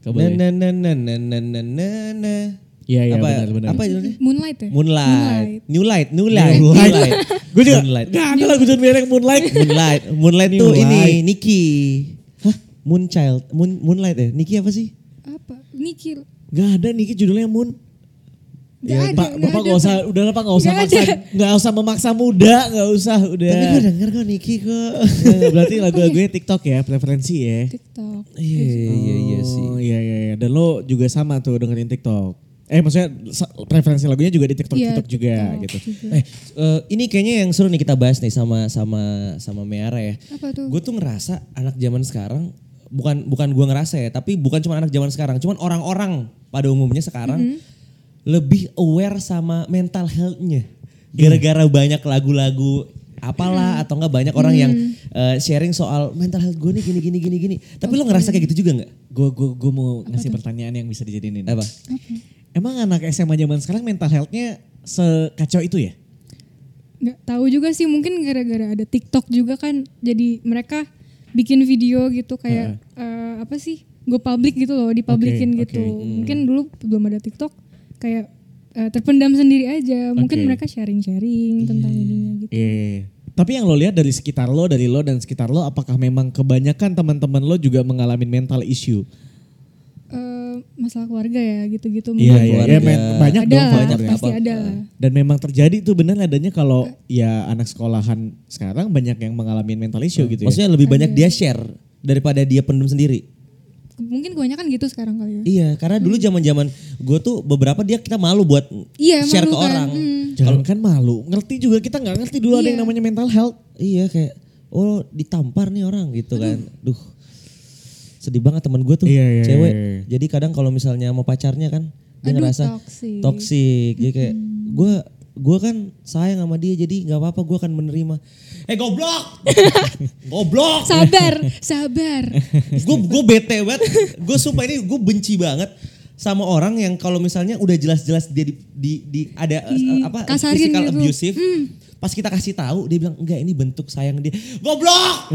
Iya benar. Apa judulnya? Moonlight ya? Moonlight. New Light. Gue juga Moonlight. gak ada lagu John Mayer yang Moonlight. Moonlight tuh New ini Light. Nicky. Hah? Moonlight ya? Nicky apa sih? Apa? Nikil. Gak ada nih judulnya Moon. Gak ada. Pak, Bapak gak usah, udah lah Pak gak usah Nggak maksa, ada. gak usah memaksa muda, gak usah, udah. Tapi gue denger kok Nicky kok. Nah, berarti lagu-lagunya TikTok ya, preferensi ya. TikTok. Iya sih. Oh iya. Dan lo juga sama tuh dengerin TikTok. Maksudnya preferensi lagunya juga di TikTok Iya, juga TikTok gitu. juga. Ini kayaknya yang seru nih kita bahas nih sama Meara ya. Apa tuh? Gue tuh ngerasa anak zaman sekarang bukan gue ngerasa ya, tapi bukan cuma anak zaman sekarang, cuman orang-orang pada umumnya sekarang lebih aware sama mental health-nya. Gara-gara banyak lagu-lagu apalah atau enggak banyak orang yang sharing soal mental health gue nih gini. Tapi lo ngerasa kayak gitu juga nggak? Gue mau ngasih pertanyaan yang bisa dijadiin ini. Apa? Emang anak SMA zaman sekarang mental health-nya sekacau itu ya? Nggak tahu juga sih, mungkin gara-gara ada TikTok juga kan, jadi mereka bikin video gitu kayak apa sih, go public gitu loh, dipublikin Oke, gitu. oke. Mungkin dulu belum ada TikTok, kayak terpendam sendiri aja. Mungkin Oke. mereka sharing-sharing tentang ininya gitu. Iya. Tapi yang lo lihat dari sekitar lo, dari lo dan sekitar lo, apakah memang kebanyakan teman-teman lo juga mengalami mental issue? Masalah keluarga ya gitu-gitu. Iya, mungkin. banyak Ada dong lah, faktornya. pasti ada lah. Dan memang terjadi itu benar adanya kalau ya anak sekolahan sekarang banyak yang mengalami mental issue gitu ya. Maksudnya lebih banyak dia share daripada dia pendem sendiri. Mungkin kebanyakan gitu sekarang kali ya. Iya, karena dulu zaman-zaman gue tuh beberapa kita malu buat Iya, share malu ke kan. orang. Jangan kan malu, ngerti juga kita nggak ngerti dulu ada yang namanya mental health. Iya kayak ditampar nih orang gitu kan. Duh. Sedih banget teman gue tuh Iya. cewek. Jadi kadang kalau misalnya sama pacarnya kan dia Aduh, ngerasa toxic. toxic. Jadi kayak gue kan sayang sama dia jadi nggak apa-apa gue akan menerima. Goblok. Goblok. Sabar. Gue bete banget. Gue sumpah ini gue benci banget sama orang yang kalau misalnya udah jelas-jelas dia ada kasarin physical gitu. abusive. Pas kita kasih tahu dia bilang enggak ini bentuk sayang dia. Goblok.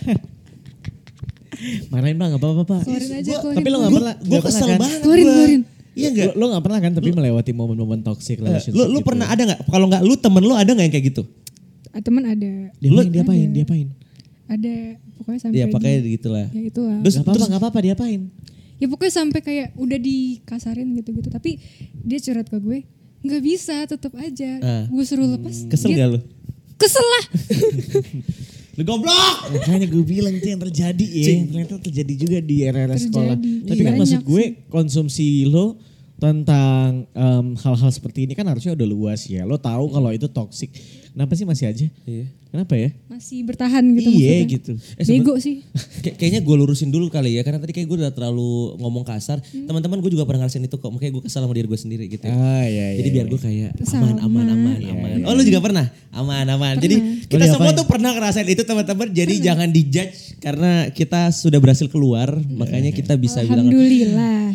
Marahin Bang, gak apa-apa Pak. Keluarin aja, keluarin. Tapi lo gak pernah. Gue kesel banget. Keluarin. Iya enggak? Lo gak pernah kan tapi melewati momen-momen toxic relationship Lu gitu. pernah ada nggak? Kalau nggak lu temen lu ada nggak yang kayak gitu? Temen ada. Diapain? Ada. Pokoknya sampai Iya pakai gitulah. ya itulah. Terus Gak apa-apa diapain? Ya pokoknya sampai kayak udah dikasarin gitu-gitu. Tapi dia curhat ke gue. Nggak bisa, tetep aja. Gue suruh lepas. kesel dia- gak lu? Kesel lah. Lu goblok. Makanya gue bilang itu yang terjadi ya. Ternyata terjadi juga di era-era sekolah. Tapi kan Banyak maksud gue sih. konsumsi lo tentang hal-hal seperti ini kan harusnya udah luas ya. Lo tahu kalau itu toksik. Kenapa sih masih aja? Iya. Kenapa ya? Masih bertahan gitu Iya maksudnya. gitu. Bego sih. Kayaknya gue lurusin dulu kali ya, karena tadi kayak gue udah terlalu ngomong kasar. Teman-teman gue juga pernah ngerasain itu kok, makanya gue kesal sama diri gue sendiri gitu. Iya. Jadi biar gue kayak Sama. aman. Oh lu juga pernah? Aman. Jadi kita Lo semua diapain? tuh pernah ngerasain itu teman-teman. Jadi jangan dijudge karena kita sudah berhasil keluar, makanya kita bisa bilang Alhamdulillah.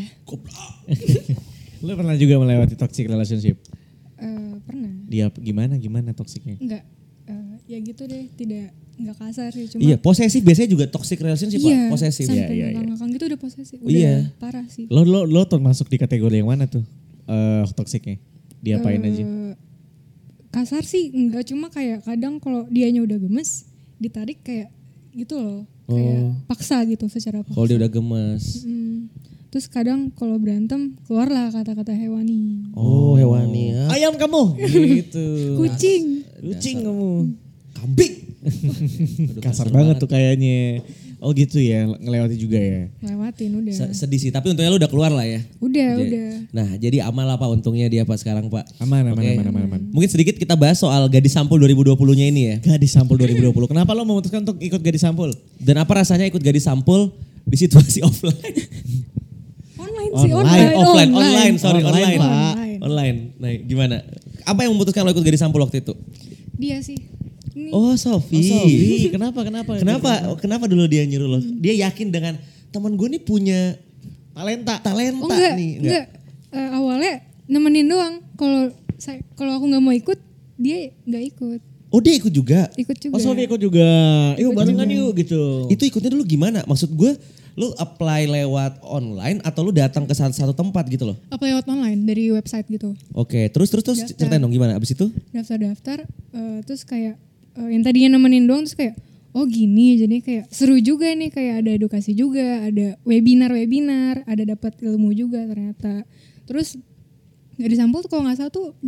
Lo pernah juga melewati toxic relationship? Pernah. Dia gimana toksiknya? Enggak. Ya gitu deh, enggak kasar sih, cuma iya, posesif biasanya juga toxic relationship, Pak. Posesif. sampai Iya. ngakang-ngakang gitu udah posesif. Udah Iya. parah sih. Lo termasuk di kategori yang mana tuh? Toksiknya? Diapain aja? Kasar sih enggak, cuma kayak kadang kalau dianya udah gemes, ditarik kayak gitu loh. Kayak paksa gitu secara paksa. Kalau dia udah gemes. Terus kadang kalau berantem keluarlah kata-kata hewani. Oh, hewani ya. Ayam kamu gitu. Kucing. Kucing kamu. Kambing. Kasar banget tuh kayaknya. Oh gitu ya, ngelewati juga ya. Lewatin udah. Sedih sih, tapi untungnya lu udah keluar lah ya. Udah. Nah, jadi aman lah Pak untungnya dia Pak sekarang Pak. Aman. Oke. Mungkin sedikit kita bahas soal Gadis Sampul 2020-nya ini ya. Gadis Sampul 2020. Kenapa lo memutuskan untuk ikut Gadis Sampul? Dan apa rasanya ikut Gadis Sampul di situasi offline? Online sih, online. Online, sorry, Online, online. Pak. Online. Nah, gimana? Apa yang memutuskan lo ikut Gadis Sampul waktu itu? Dia sih. Ini Oh, Sofi. Sofi, kenapa? Kenapa dulu dia nyuruh lo? Dia yakin dengan teman gue nih punya talenta enggak, nih. enggak. Awalnya nemenin doang. Kalau aku nggak mau ikut, dia nggak ikut. Oh, dia ikut juga. Ikut juga. Oh Sofi ikut juga. Yuk barengan yuk gitu. Itu ikutnya dulu gimana? Maksud gue, lu apply lewat online atau lu datang ke satu tempat gitu loh? Apa lewat online dari website gitu. Oke, terus Daftar. ceritain dong gimana abis itu? Daftar. Terus kayak yang tadinya nemenin doang, terus kayak oh gini, jadi kayak seru juga nih, kayak ada edukasi juga, ada webinar, ada dapat ilmu juga ternyata. Terus nggak disampul tuh kalau nggak salah tuh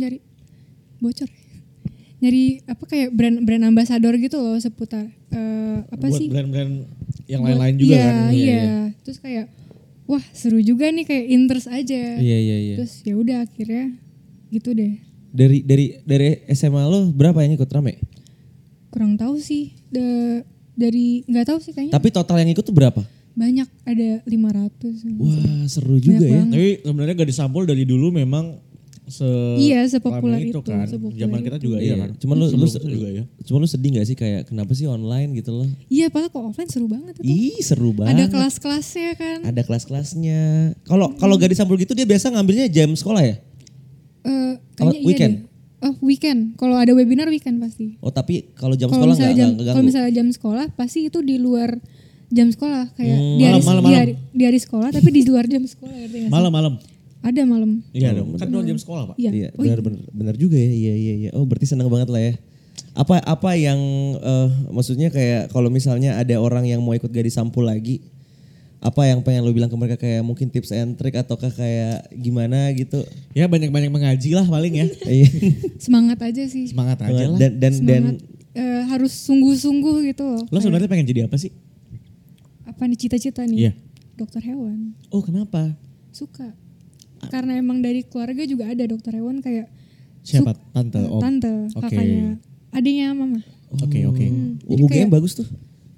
nyari apa kayak brand ambassador gitu loh seputar apa Buat sih? brand-brand yang lain-lain juga kan. Iya. Terus kayak wah seru juga nih, kayak interest aja. Iya. Terus ya udah akhirnya gitu deh. Dari SMA lo berapa yang ikut rame? Kurang tahu sih. Dari nggak tahu sih kayaknya. Tapi total yang ikut tuh berapa? Banyak, ada 500. Wah, seru juga Banyak ya. banget. Tapi sebenarnya Gadis Sampul dari dulu memang Iya, sepopuler ramai itu, kan. sepopuler Zaman kita itu. juga iya kan. Cuman lu juga ya. Cuma lu sedih gak sih kayak kenapa sih online gitu loh? Iya, padahal kok offline seru banget itu. Ih, seru Ada banget. kelas-kelasnya kan. Ada kelas-kelasnya. Kalau Gadis Sampul gitu dia biasa ngambilnya jam sekolah ya? Kayaknya iya weekend? deh. Oh, weekend. Kalau ada webinar weekend pasti. Oh, tapi kalau jam Kalau sekolah misalnya enggak kalau ganggu. misalnya jam sekolah pasti itu di luar jam sekolah, kayak Malam. di hari sekolah tapi di luar jam sekolah, ngerti nggak sih? Malam. Ada malam. Iya dong. Kan dua jam sekolah, Pak. Iya. Iya, Oh, iya. benar juga ya. Iya. Oh, berarti senang banget lah ya. Apa yang maksudnya kayak kalau misalnya ada orang yang mau ikut Gadis Sampul lagi, apa yang pengen lo bilang ke mereka, kayak mungkin tips and trick ataukah kayak gimana gitu? Ya banyak-banyak mengaji lah paling ya. Iya. Semangat aja sih. Semangat aja lah. Dan Semangat. Harus sungguh-sungguh gitu loh. Lo sebenarnya pengen jadi apa sih? Apa nih cita-cita nih? Iya. Dokter hewan. Oh kenapa? Suka. Karena emang dari keluarga juga ada dokter hewan, kayak Siapa? Tante, om? tante, Oke. kakaknya, adiknya mama. Oke. Jadi UGM kayak- bagus tuh.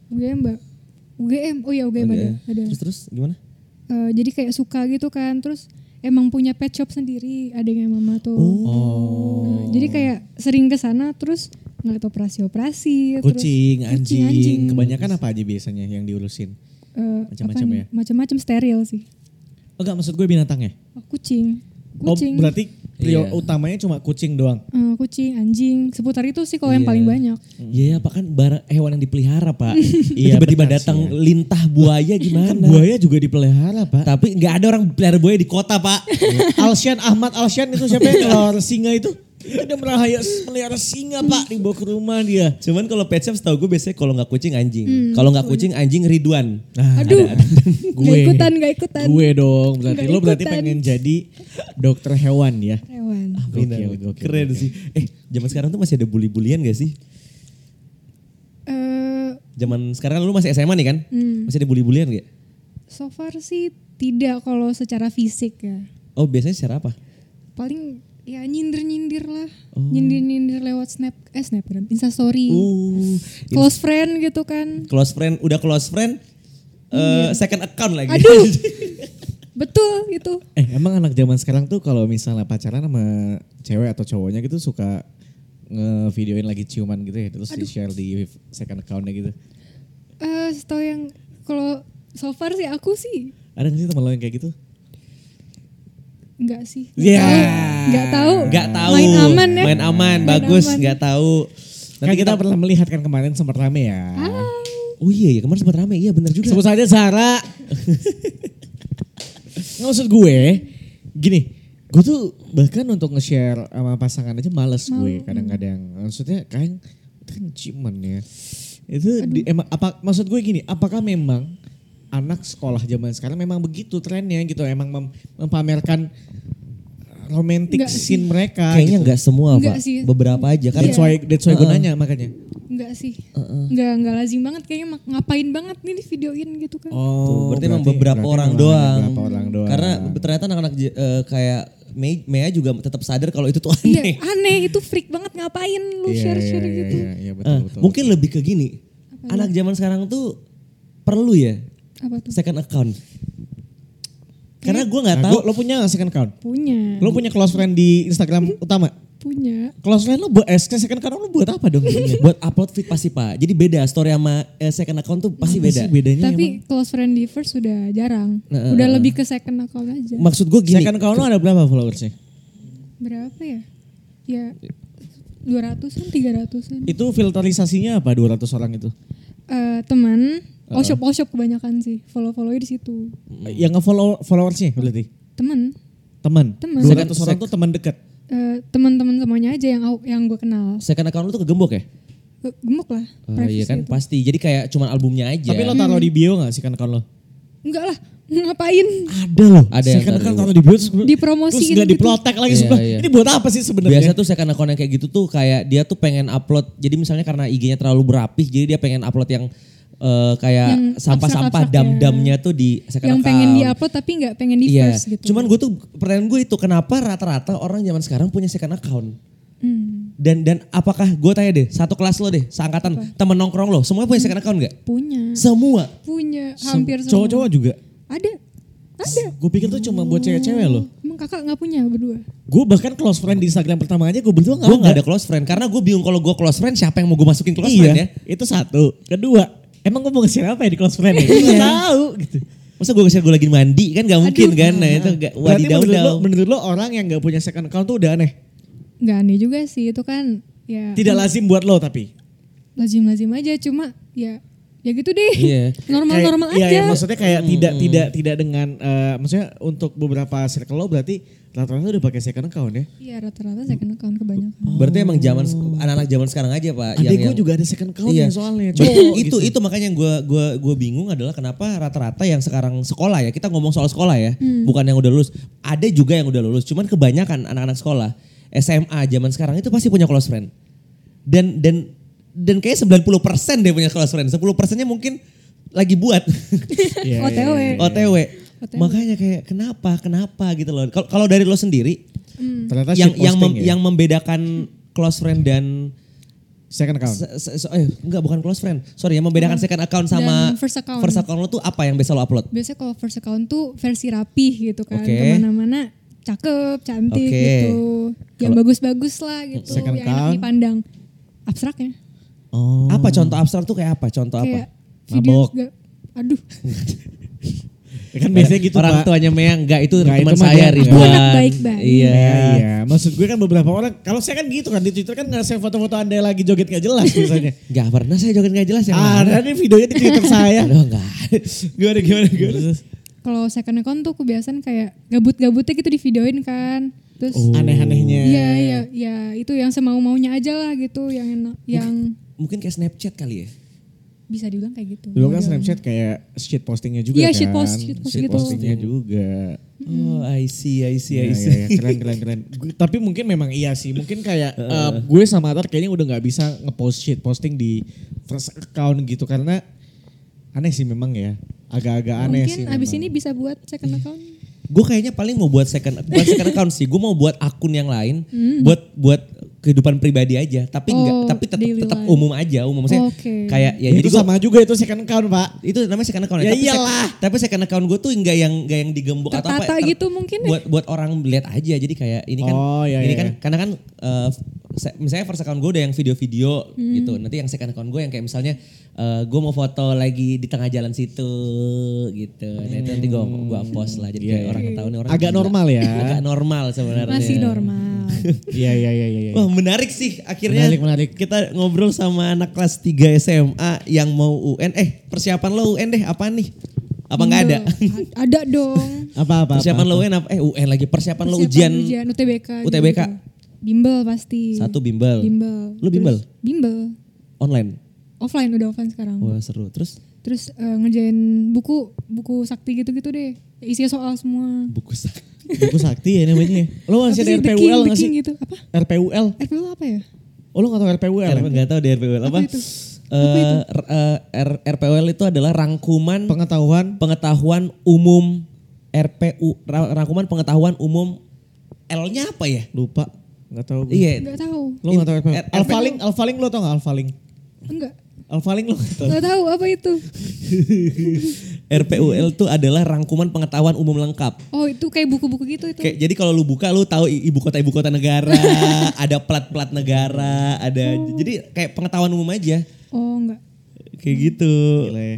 UGM, oh iya UGM ada. Terus gimana? Jadi kayak suka gitu kan, terus emang punya pet shop sendiri, adiknya mama tuh. Nah, jadi kayak sering ke sana, terus ngeliat operasi-operasi. Kucing, terus anjing. Kebanyakan apa aja biasanya yang diurusin? Macam-macam apa nih? ya? Macam-macam steril sih. Oh enggak, maksud gue binatangnya. Oh, kucing. Oh berarti Iya. utamanya cuma kucing doang. Kucing, anjing, seputar itu sih kalau yang paling banyak. Iya, Pak, kan barang hewan yang dipelihara, Pak. Iya, Tiba-tiba benar datang sih ya. lintah buaya gimana? Kan buaya juga dipelihara, Pak. Tapi nggak ada orang pelihara buaya di kota, Pak. Ahmad Alsyan itu siapa yang ngelawar singa itu? Dia melihara singa, Pak, dibawa ke rumah dia. Cuman kalau pet shop setahu gue biasanya kalau nggak kucing anjing. Kalau nggak kucing anjing Ridwan. Nah, Aduh, Gue. gak ikutan. Gue dong, berarti Nggak lo berarti ikutan. pengen jadi dokter hewan ya? Hewan. Gokil. Keren sih. Zaman sekarang tuh masih ada bully-bulian gak sih? Zaman sekarang lu masih SMA nih kan? Masih ada bully-bulian gak? So far sih tidak kalau secara fisik ya. Oh biasanya secara apa? Paling ya nyindir-nyindir lah. Nyindir-nyindir lewat Snapgram, Instastory. Close friend gitu kan. Close friend, udah close friend, second account lagi. Aduh. Betul itu. Emang anak zaman sekarang tuh kalau misalnya pacaran sama cewek atau cowoknya gitu suka ngevideoin lagi ciuman gitu ya, terus di-share di second account-nya gitu. Setahu yang kalau so far sih aku sih Ada nggak sih teman lo yang kayak gitu? enggak sih. Yeah. Enggak tahu. Main aman ya. Main aman, Main bagus, aman. nggak tahu. Kan kita pernah melihat kan kemarin sempat rame ya. Oh iya kemarin sempat rame, iya benar juga. Sebut saja Zara. Nggak, maksud gue, gini, gue tuh bahkan untuk nge-share sama pasangan aja males gue kadang-kadang. Maksudnya kayak itu kan ciuman ya. Itu apa maksud gue gini, apakah memang anak sekolah zaman sekarang memang begitu trennya gitu, emang mempamerkan romantic Enggak scene mereka Kayaknya gitu. nggak semua Enggak Pak, sih. beberapa aja kan. That's why gue nanya makanya. Enggak sih. Enggak lazim banget kayaknya ngapain banget nih di videoin gitu kan. Tuh, berarti emang beberapa orang memang doang. Beberapa orang doang. Karena ternyata anak-anak kayak Mea juga tetap sadar kalau itu tuh Iya, aneh. aneh itu freak banget ngapain lu share-share gitu. Iya, betul. Mungkin lebih ke gini, anak zaman sekarang tuh perlu ya Apa tuh? second account. Karena gue nggak Nah, tahu. lo punya nggak second account? Punya. Lo punya close friend di Instagram utama? Punya. Close friend lo buat second account lo buat apa dong? Buat upload feed pasti Pak. Jadi beda story sama second account tuh pasti Apa beda. sih bedanya Tapi emang? close friend di first udah jarang. Udah lebih ke second account aja. Maksud gue gini. Second account lo ada berapa followersnya? Berapa ya? Ya 200-an, 300-an. Itu filterisasinya apa 200 orang itu? Teman, shop kebanyakan sih. Follow-follow di situ. Yang nge-follow followersnya berarti? Teman, Teman. Teman. 200 orang tuh teman dekat. teman-teman semuanya aja yang gue kenal. Second account lu tuh kegembok ya? Gemuk lah. Iya privacy kan itu. pasti. Jadi kayak cuman albumnya aja. Tapi lo taruh di bio gak second account lo? Enggak lah, ngapain? Ada loh. Ada yang second account taruh. taruh di bio terus Dipromosiin terus gak gitu. diprotek lagi Iya, sebelah. iya. Ini buat apa sih sebenarnya? Biasa tuh second account yang kayak gitu tuh kayak dia tuh pengen upload. Jadi misalnya karena IG-nya terlalu berapih, jadi dia pengen upload yang kayak Yang sampah-sampah abstrak-abstrak ya. dam-damnya tuh di second Yang account. pengen di-upload tapi nggak pengen di Iya. first gitu. Cuman gue tuh pertanyaan gue itu kenapa rata-rata orang zaman sekarang punya second account? Dan apakah gue tanya deh, satu kelas lo deh, seangkatan temen nongkrong lo, semuanya punya second account gak? Punya. Semua. Punya hampir semua. Cowok-cowok juga. Ada. Gue pikir tuh cuma buat cewek-cewek loh. Emang kakak nggak punya berdua? Gue bahkan close friend di Instagram pertama aja gue berdua Gue gak ada close friend karena gue bingung kalau gue close friend siapa yang mau gue masukin close Iya, friend ya? itu satu. Kedua, emang gue mau nge-share apa ya di close friend ya? Gue gak tahu gitu. Masa gue nge-share gue lagi mandi kan gak mungkin kan? Nah itu gak Berarti wadidaw. menurut lo orang yang gak punya second account tuh udah aneh? Nggak aneh juga sih itu kan ya. Tidak lazim buat lo tapi? Lazim-lazim aja cuma ya gitu deh. Iya. Normal-normal Iya, aja. ya, maksudnya kayak tidak dengan maksudnya untuk beberapa circle lo berarti rata-rata udah pakai second account ya? Iya rata-rata second account kebanyakan. Berarti emang anak-anak zaman sekarang aja Pak. Adek gue juga ada second account Iya. ya soalnya. Itu makanya yang gue bingung adalah kenapa rata-rata yang sekarang sekolah ya, kita ngomong soal sekolah ya, bukan yang udah lulus. Ada juga yang udah lulus, cuman kebanyakan anak-anak sekolah SMA zaman sekarang itu pasti punya close friend. Dan kayak 90% dia punya close friend. 10%-nya mungkin lagi buat. Iya, OTW. OTW. Makanya kayak kenapa gitu loh. Kalau dari lo sendiri Ternyata yang membedakan close friend dan second account. enggak bukan close friend. Sorry, yang membedakan second account sama Dan first account. first account lo tuh apa yang biasa lo upload? Biasanya kalau first account tuh versi rapih gitu kan. Oke. Kemana-mana cakep, cantik Oke. gitu. Yang bagus-bagus lah gitu. Second yang enak account. dipandang. Abstraknya. Oh. Apa contoh abstrak tuh kayak apa? Contoh Kayak apa? Mabok. video aduh. Ya kan biasanya gitu Orang Pak. tuanya Mea enggak itu Enggak, teman itu mah saya dia- Ridwan. Aku anak baik-baik. Iya. Iya, maksud gue kan beberapa orang, kalau saya kan gitu kan di Twitter kan nge-share foto-foto anda lagi joget gak jelas misalnya. Enggak pernah saya joget enggak jelas yang mana. Ada nih videonya di Twitter saya. Aduh enggak. Gimana. Kalau second account tuh kebiasaan kayak gabut-gabutnya gitu di videoin kan. Terus Aneh-anehnya. Iya, itu yang semau-maunya aja lah gitu yang enak, yang Mungkin kayak Snapchat kali ya. bisa dibilang kayak gitu. Dulu kan modelnya. Snapchat kayak shit postingnya juga Iya, kan. shit post Shit gitu. postingnya juga. Oh, I see. Iya, iya, keren. Tapi mungkin memang iya sih. Mungkin kayak gue sama Atar kayaknya udah nggak bisa ngepost shit posting di first account gitu karena aneh sih memang ya. Agak-agak aneh sih. Mungkin abis memang. ini bisa buat second account. Gue kayaknya paling mau buat bukan second account sih. Gue mau buat akun yang lain buat kehidupan pribadi aja. Tapi Oh, tapi daily tetap life. umum aja. Maksudnya Oke. kayak ya Ya, jadi itu sama juga itu second account, Pak. itu namanya second account Ya tapi iyalah. tapi second account gue tuh nggak yang digembok atau apa Tertata gitu mungkin ya? buat orang lihat aja jadi kayak ini kan Oh, iya, ini iya. kan karena kan misalnya first account gue udah yang video-video gitu nanti yang second account gue yang kayak misalnya gue mau foto lagi di tengah jalan situ gitu nah itu nanti gue post lah jadi kayak orang tahu nih orang Agak gila. normal ya. Agak normal sebenarnya Masih normal. Iya. Wah menarik sih akhirnya Menarik. kita ngobrol sama anak kelas 3 SMA yang mau UN. Persiapan lo UN deh apa nih? Apa nggak ada? Ada dong. Apa? Persiapan lo UN apa? UN lagi. Persiapan lo ujian UTBK. UTBK. Juga. Bimbel pasti. Satu bimbel. Bimbel. Lu bimbel? Terus bimbel. Online. Offline udah offline sekarang. Wah seru. Terus Ngerjain buku sakti gitu-gitu deh. Isinya soal semua. buku sakti. Buku sakti ya namanya. Lo masih Apa ada sih, The RPUL nggak King sih? gitu. Apa? RPUL. RPU apa ya? Oh lo nggak tahu RPUL? Enggak tahu deh RPUL apa? Apa itu? Apa itu? RPUL itu adalah rangkuman Pengetahuan umum rangkuman pengetahuan umum L-nya apa ya? lupa nggak tahu. gue. Iya. Enggak tahu. Lo nggak tahu RPUL? RPUL. Alphaling lo tau nggak Alphaling? Enggak. Alphaling lo nggak tahu? Enggak tahu apa itu. RPUL itu adalah rangkuman pengetahuan umum lengkap. Oh, itu kayak buku-buku gitu itu. Kayak, jadi kalau lu buka lu tahu ibu kota negara, ada plat-plat negara, ada jadi kayak pengetahuan umum aja. Oh, enggak. Kayak gitu. Gila ya.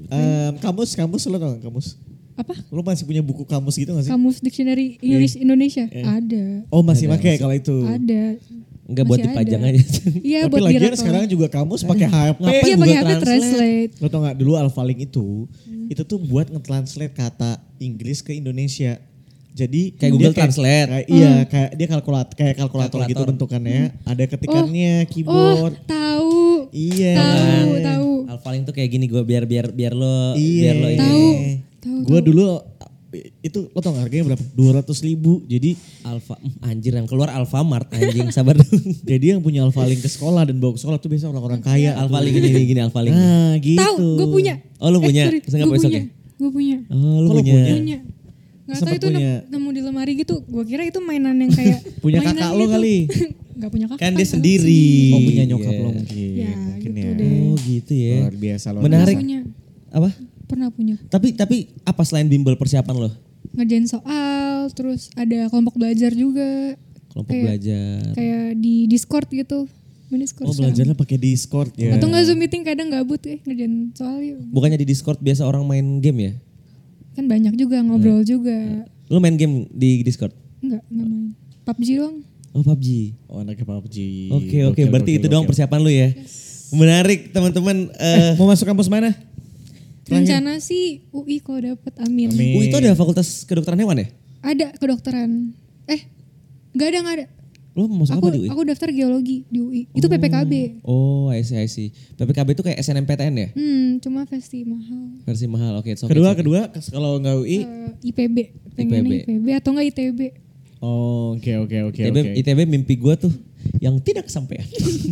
Kamus lo tau nggak kamus? Apa? Lo masih punya buku kamus gitu nggak sih? Kamus Dictionary English Indonesia? Ada. Oh masih pakai kalau itu. Ada. Enggak buat Masih dipajang ada. aja. Iya, Tapi buat lagian direkam. sekarang juga kamus pakai HP. Iya, Ngapain pakai Google HP translate. Lo tau gak dulu Alphaling itu tuh buat nge-translate kata Inggris ke Indonesia. Jadi Kayak dia Google Translate. Iya, kayak dia kayak kalkulator gitu Kalkulator. bentukannya. Ada ketikannya, keyboard. Oh, tahu. Iya. Tahu. Alphaling tuh kayak gini gue biar lo Iya. biar lo ini. Tahu. Gue dulu itu lo tau gak harganya berapa? 200.000. Jadi Anjir yang keluar Alfamart anjing sabar dulu. jadi yang punya Alphaling ke sekolah dan bawa ke sekolah tuh biasa orang-orang kaya. Alphaling gini Alphaling. Nah gitu. Tahu, gue punya. Oh lu punya? Sorry, Saya nggak gue besok punya. ya? Gue punya. Oh lu Kok lu punya. punya? Punya. Gak tahu Sempet itu punya. nemu di lemari gitu. Gue kira itu mainan yang kayak Punya mainan kakak lo gitu. kali. Gak punya kakak. Kan dia tahu sendiri. Oh punya nyokap Iya. lo mungkin. Ya, mungkin gitu ya. deh. Oh gitu ya. Luar biasa loh. Menarik. Punya. Apa? Pernah punya. Tapi apa selain bimbel persiapan lo? Ngerjain soal, terus ada kelompok belajar juga. Kelompok Kayak- belajar. Kayak di Discord gitu. Main Discord Oh sekarang. belajarnya pakai Discord ya. Atau nggak Zoom meeting kadang gabut ngerjain soal yuk. Bukannya di Discord biasa orang main game ya? Kan banyak juga ngobrol juga. Lu main game di Discord? Enggak main. PUBG doang. Oh PUBG. Oh anaknya PUBG. Oke. Berarti itu doang persiapan lu ya. Menarik teman-teman. Mau masuk kampus mana? Rencana sih UI kalau dapet amin. Amin. itu ada fakultas kedokteran hewan ya? Ada kedokteran. Nggak ada. Lu mau masuk apa di UI? Aku daftar geologi di UI. Itu PPKB. Oh, I see. PPKB itu kayak SNMPTN ya? Cuma versi mahal. Versi mahal. Oke, it's okay, Kedua it's okay. kalau nggak UI. IPB. Pengennya IPB atau enggak ITB. Oh oke. ITB mimpi gue tuh yang tidak kesampaian.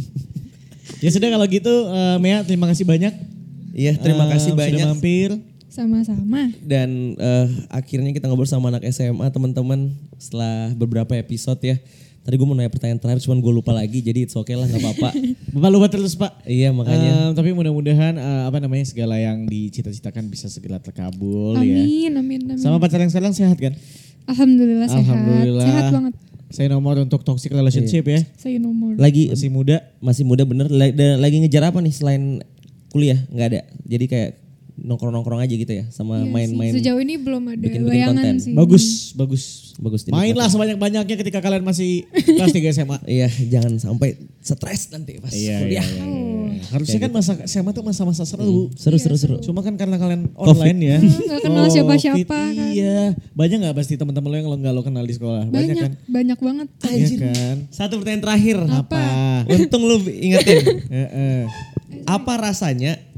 Ya sudah kalau gitu Mea terima kasih banyak. Iya, terima kasih banyak. Sudah mampir. Sama-sama. Dan akhirnya kita ngobrol sama anak SMA teman-teman setelah beberapa episode ya. Tadi gue mau nanya pertanyaan terakhir cuman gue lupa lagi jadi it's okay lah gak apa-apa. Bapak lupa terus Pak. Iya makanya. Tapi mudah-mudahan segala yang dicita-citakan bisa segera terkabul ya. Amin. Sama pacar yang sekarang sehat kan? Alhamdulillah sehat. Alhamdulillah. Sehat banget. Saya nomor untuk toxic relationship ya. Saya nomor. Lagi Masih muda. bener. Lagi ngejar apa nih selain kuliah? Nggak ada. Jadi kayak nongkrong-nongkrong aja gitu ya sama Iya main-main. sih, sejauh ini belum ada bikin bayangan konten. sih. Bagus. Dinikmati. Mainlah sebanyak-banyaknya ketika kalian masih kelas 3 SMA. Iya, jangan sampai stres nanti pas kuliah. Harusnya kan masa SMA tuh masa-masa seru. Seru. Cuma kan karena kalian online ya. Nggak kenal siapa-siapa Covid, kan. Iya. Banyak gak pasti teman-teman lo yang nggak lo kenal di sekolah? Banyak kan? Banyak banget. Iya kan? Satu pertanyaan terakhir. Apa? Untung lu ingetin. Heeh. Apa rasanya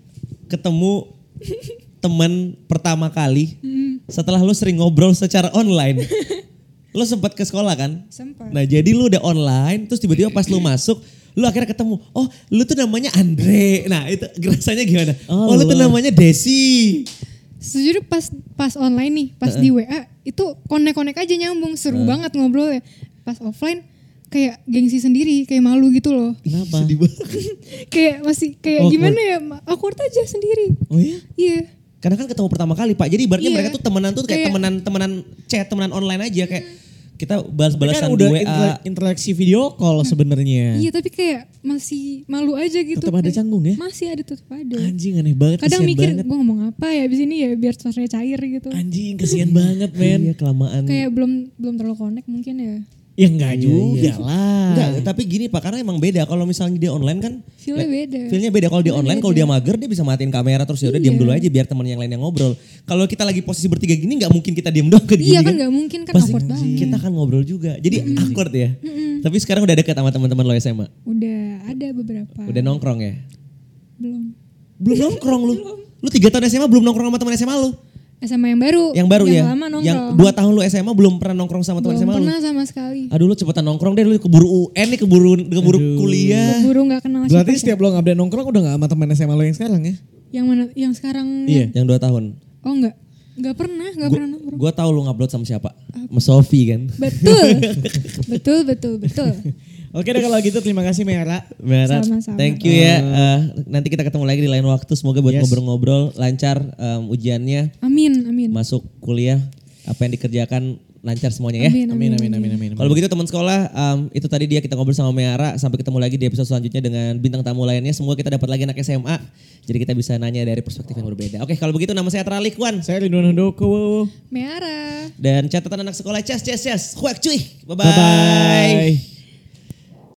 ketemu teman pertama kali setelah lu sering ngobrol secara online. Lu sempat ke sekolah kan? Sempat. Nah jadi lu udah online terus tiba-tiba pas lu masuk lu akhirnya ketemu, oh lu tuh namanya Andre. Nah itu rasanya gimana? Oh lu tuh namanya Desi. Sejujurnya pas online nih, pas di WA itu konek-konek aja nyambung, seru banget ngobrol ya. Pas offline kayak gengsi sendiri, kayak malu gitu loh. Kenapa? Sedih banget. Kayak masih kayak Awkward. gimana ya, awkward aja sendiri. Oh iya? Iya. Karena kan ketemu pertama kali Pak, jadi ibaratnya Iya. mereka tuh temenan tuh kayak temenan chat, temenan online aja kayak kita Kan balas-balasan di udah WA. interaksi video call sebenarnya. Iya tapi kayak masih malu aja gitu. Tetap ada kayak canggung ya? Masih ada, tetap ada. Anjing aneh banget, Kadang kesian mikir banget. gue ngomong apa ya abis ini ya biar suasananya cair gitu. Anjing kesian banget men. Iya kelamaan. Kayak belum terlalu connect mungkin ya. Ya enggak Iya, juga iya. lah. Enggak, tapi gini Pak, karena emang beda. Kalau misalnya dia online kan Feel-nya beda. Feelnya beda. Kalau dia online, kalau dia mager dia bisa matiin kamera terus ya udah diam dulu aja biar teman yang lain yang ngobrol. Kalau kita lagi posisi bertiga gini nggak mungkin kita diam doang kayak gini Iya kan nggak mungkin kan Pasti awkward banget. kita akan ngobrol juga. Jadi awkward ya. Tapi sekarang udah deket sama teman-teman lo SMA. Udah ada beberapa. Udah nongkrong ya? Belum. Belum nongkrong lu. Lu 3 tahun SMA belum nongkrong sama teman SMA lu. SMA yang baru. Yang baru ya. Lama nongkrong. Yang 2 tahun lu SMA belum pernah nongkrong sama teman Belum SMA lu. pernah sama sekali. Aduh lu cepetan nongkrong deh, lu keburu UN nih, keburu kuliah. Buru nggak kenal Berarti siapa. setiap lo update nongkrong udah gak sama teman SMA lo yang sekarang ya? Yang mana? Yang sekarang. Iya. Yang 2 tahun. Oh enggak. Nggak pernah nongkrong. Gue tahu lu ngupload sama siapa? Sama Sofi kan. Betul. betul. Oke deh kalau gitu terima kasih Mera. Berat. Sama-sama. Thank you ya. Nanti kita ketemu lagi di lain waktu. Semoga buat Yes. ngobrol-ngobrol lancar ujiannya, Amin. masuk kuliah, apa yang dikerjakan lancar semuanya ya. Amin. Kalau begitu teman sekolah, itu tadi dia kita ngobrol sama Meara. Sampai ketemu lagi di episode selanjutnya dengan bintang tamu lainnya. Semoga kita dapat lagi anak SMA. Jadi kita bisa nanya dari perspektif yang berbeda. Oke, kalau begitu nama saya Tralikwan. Saya Ridwan Handoko. Meara. Dan catatan anak sekolah, cas. Huek cuy. Bye-bye. Bye-bye.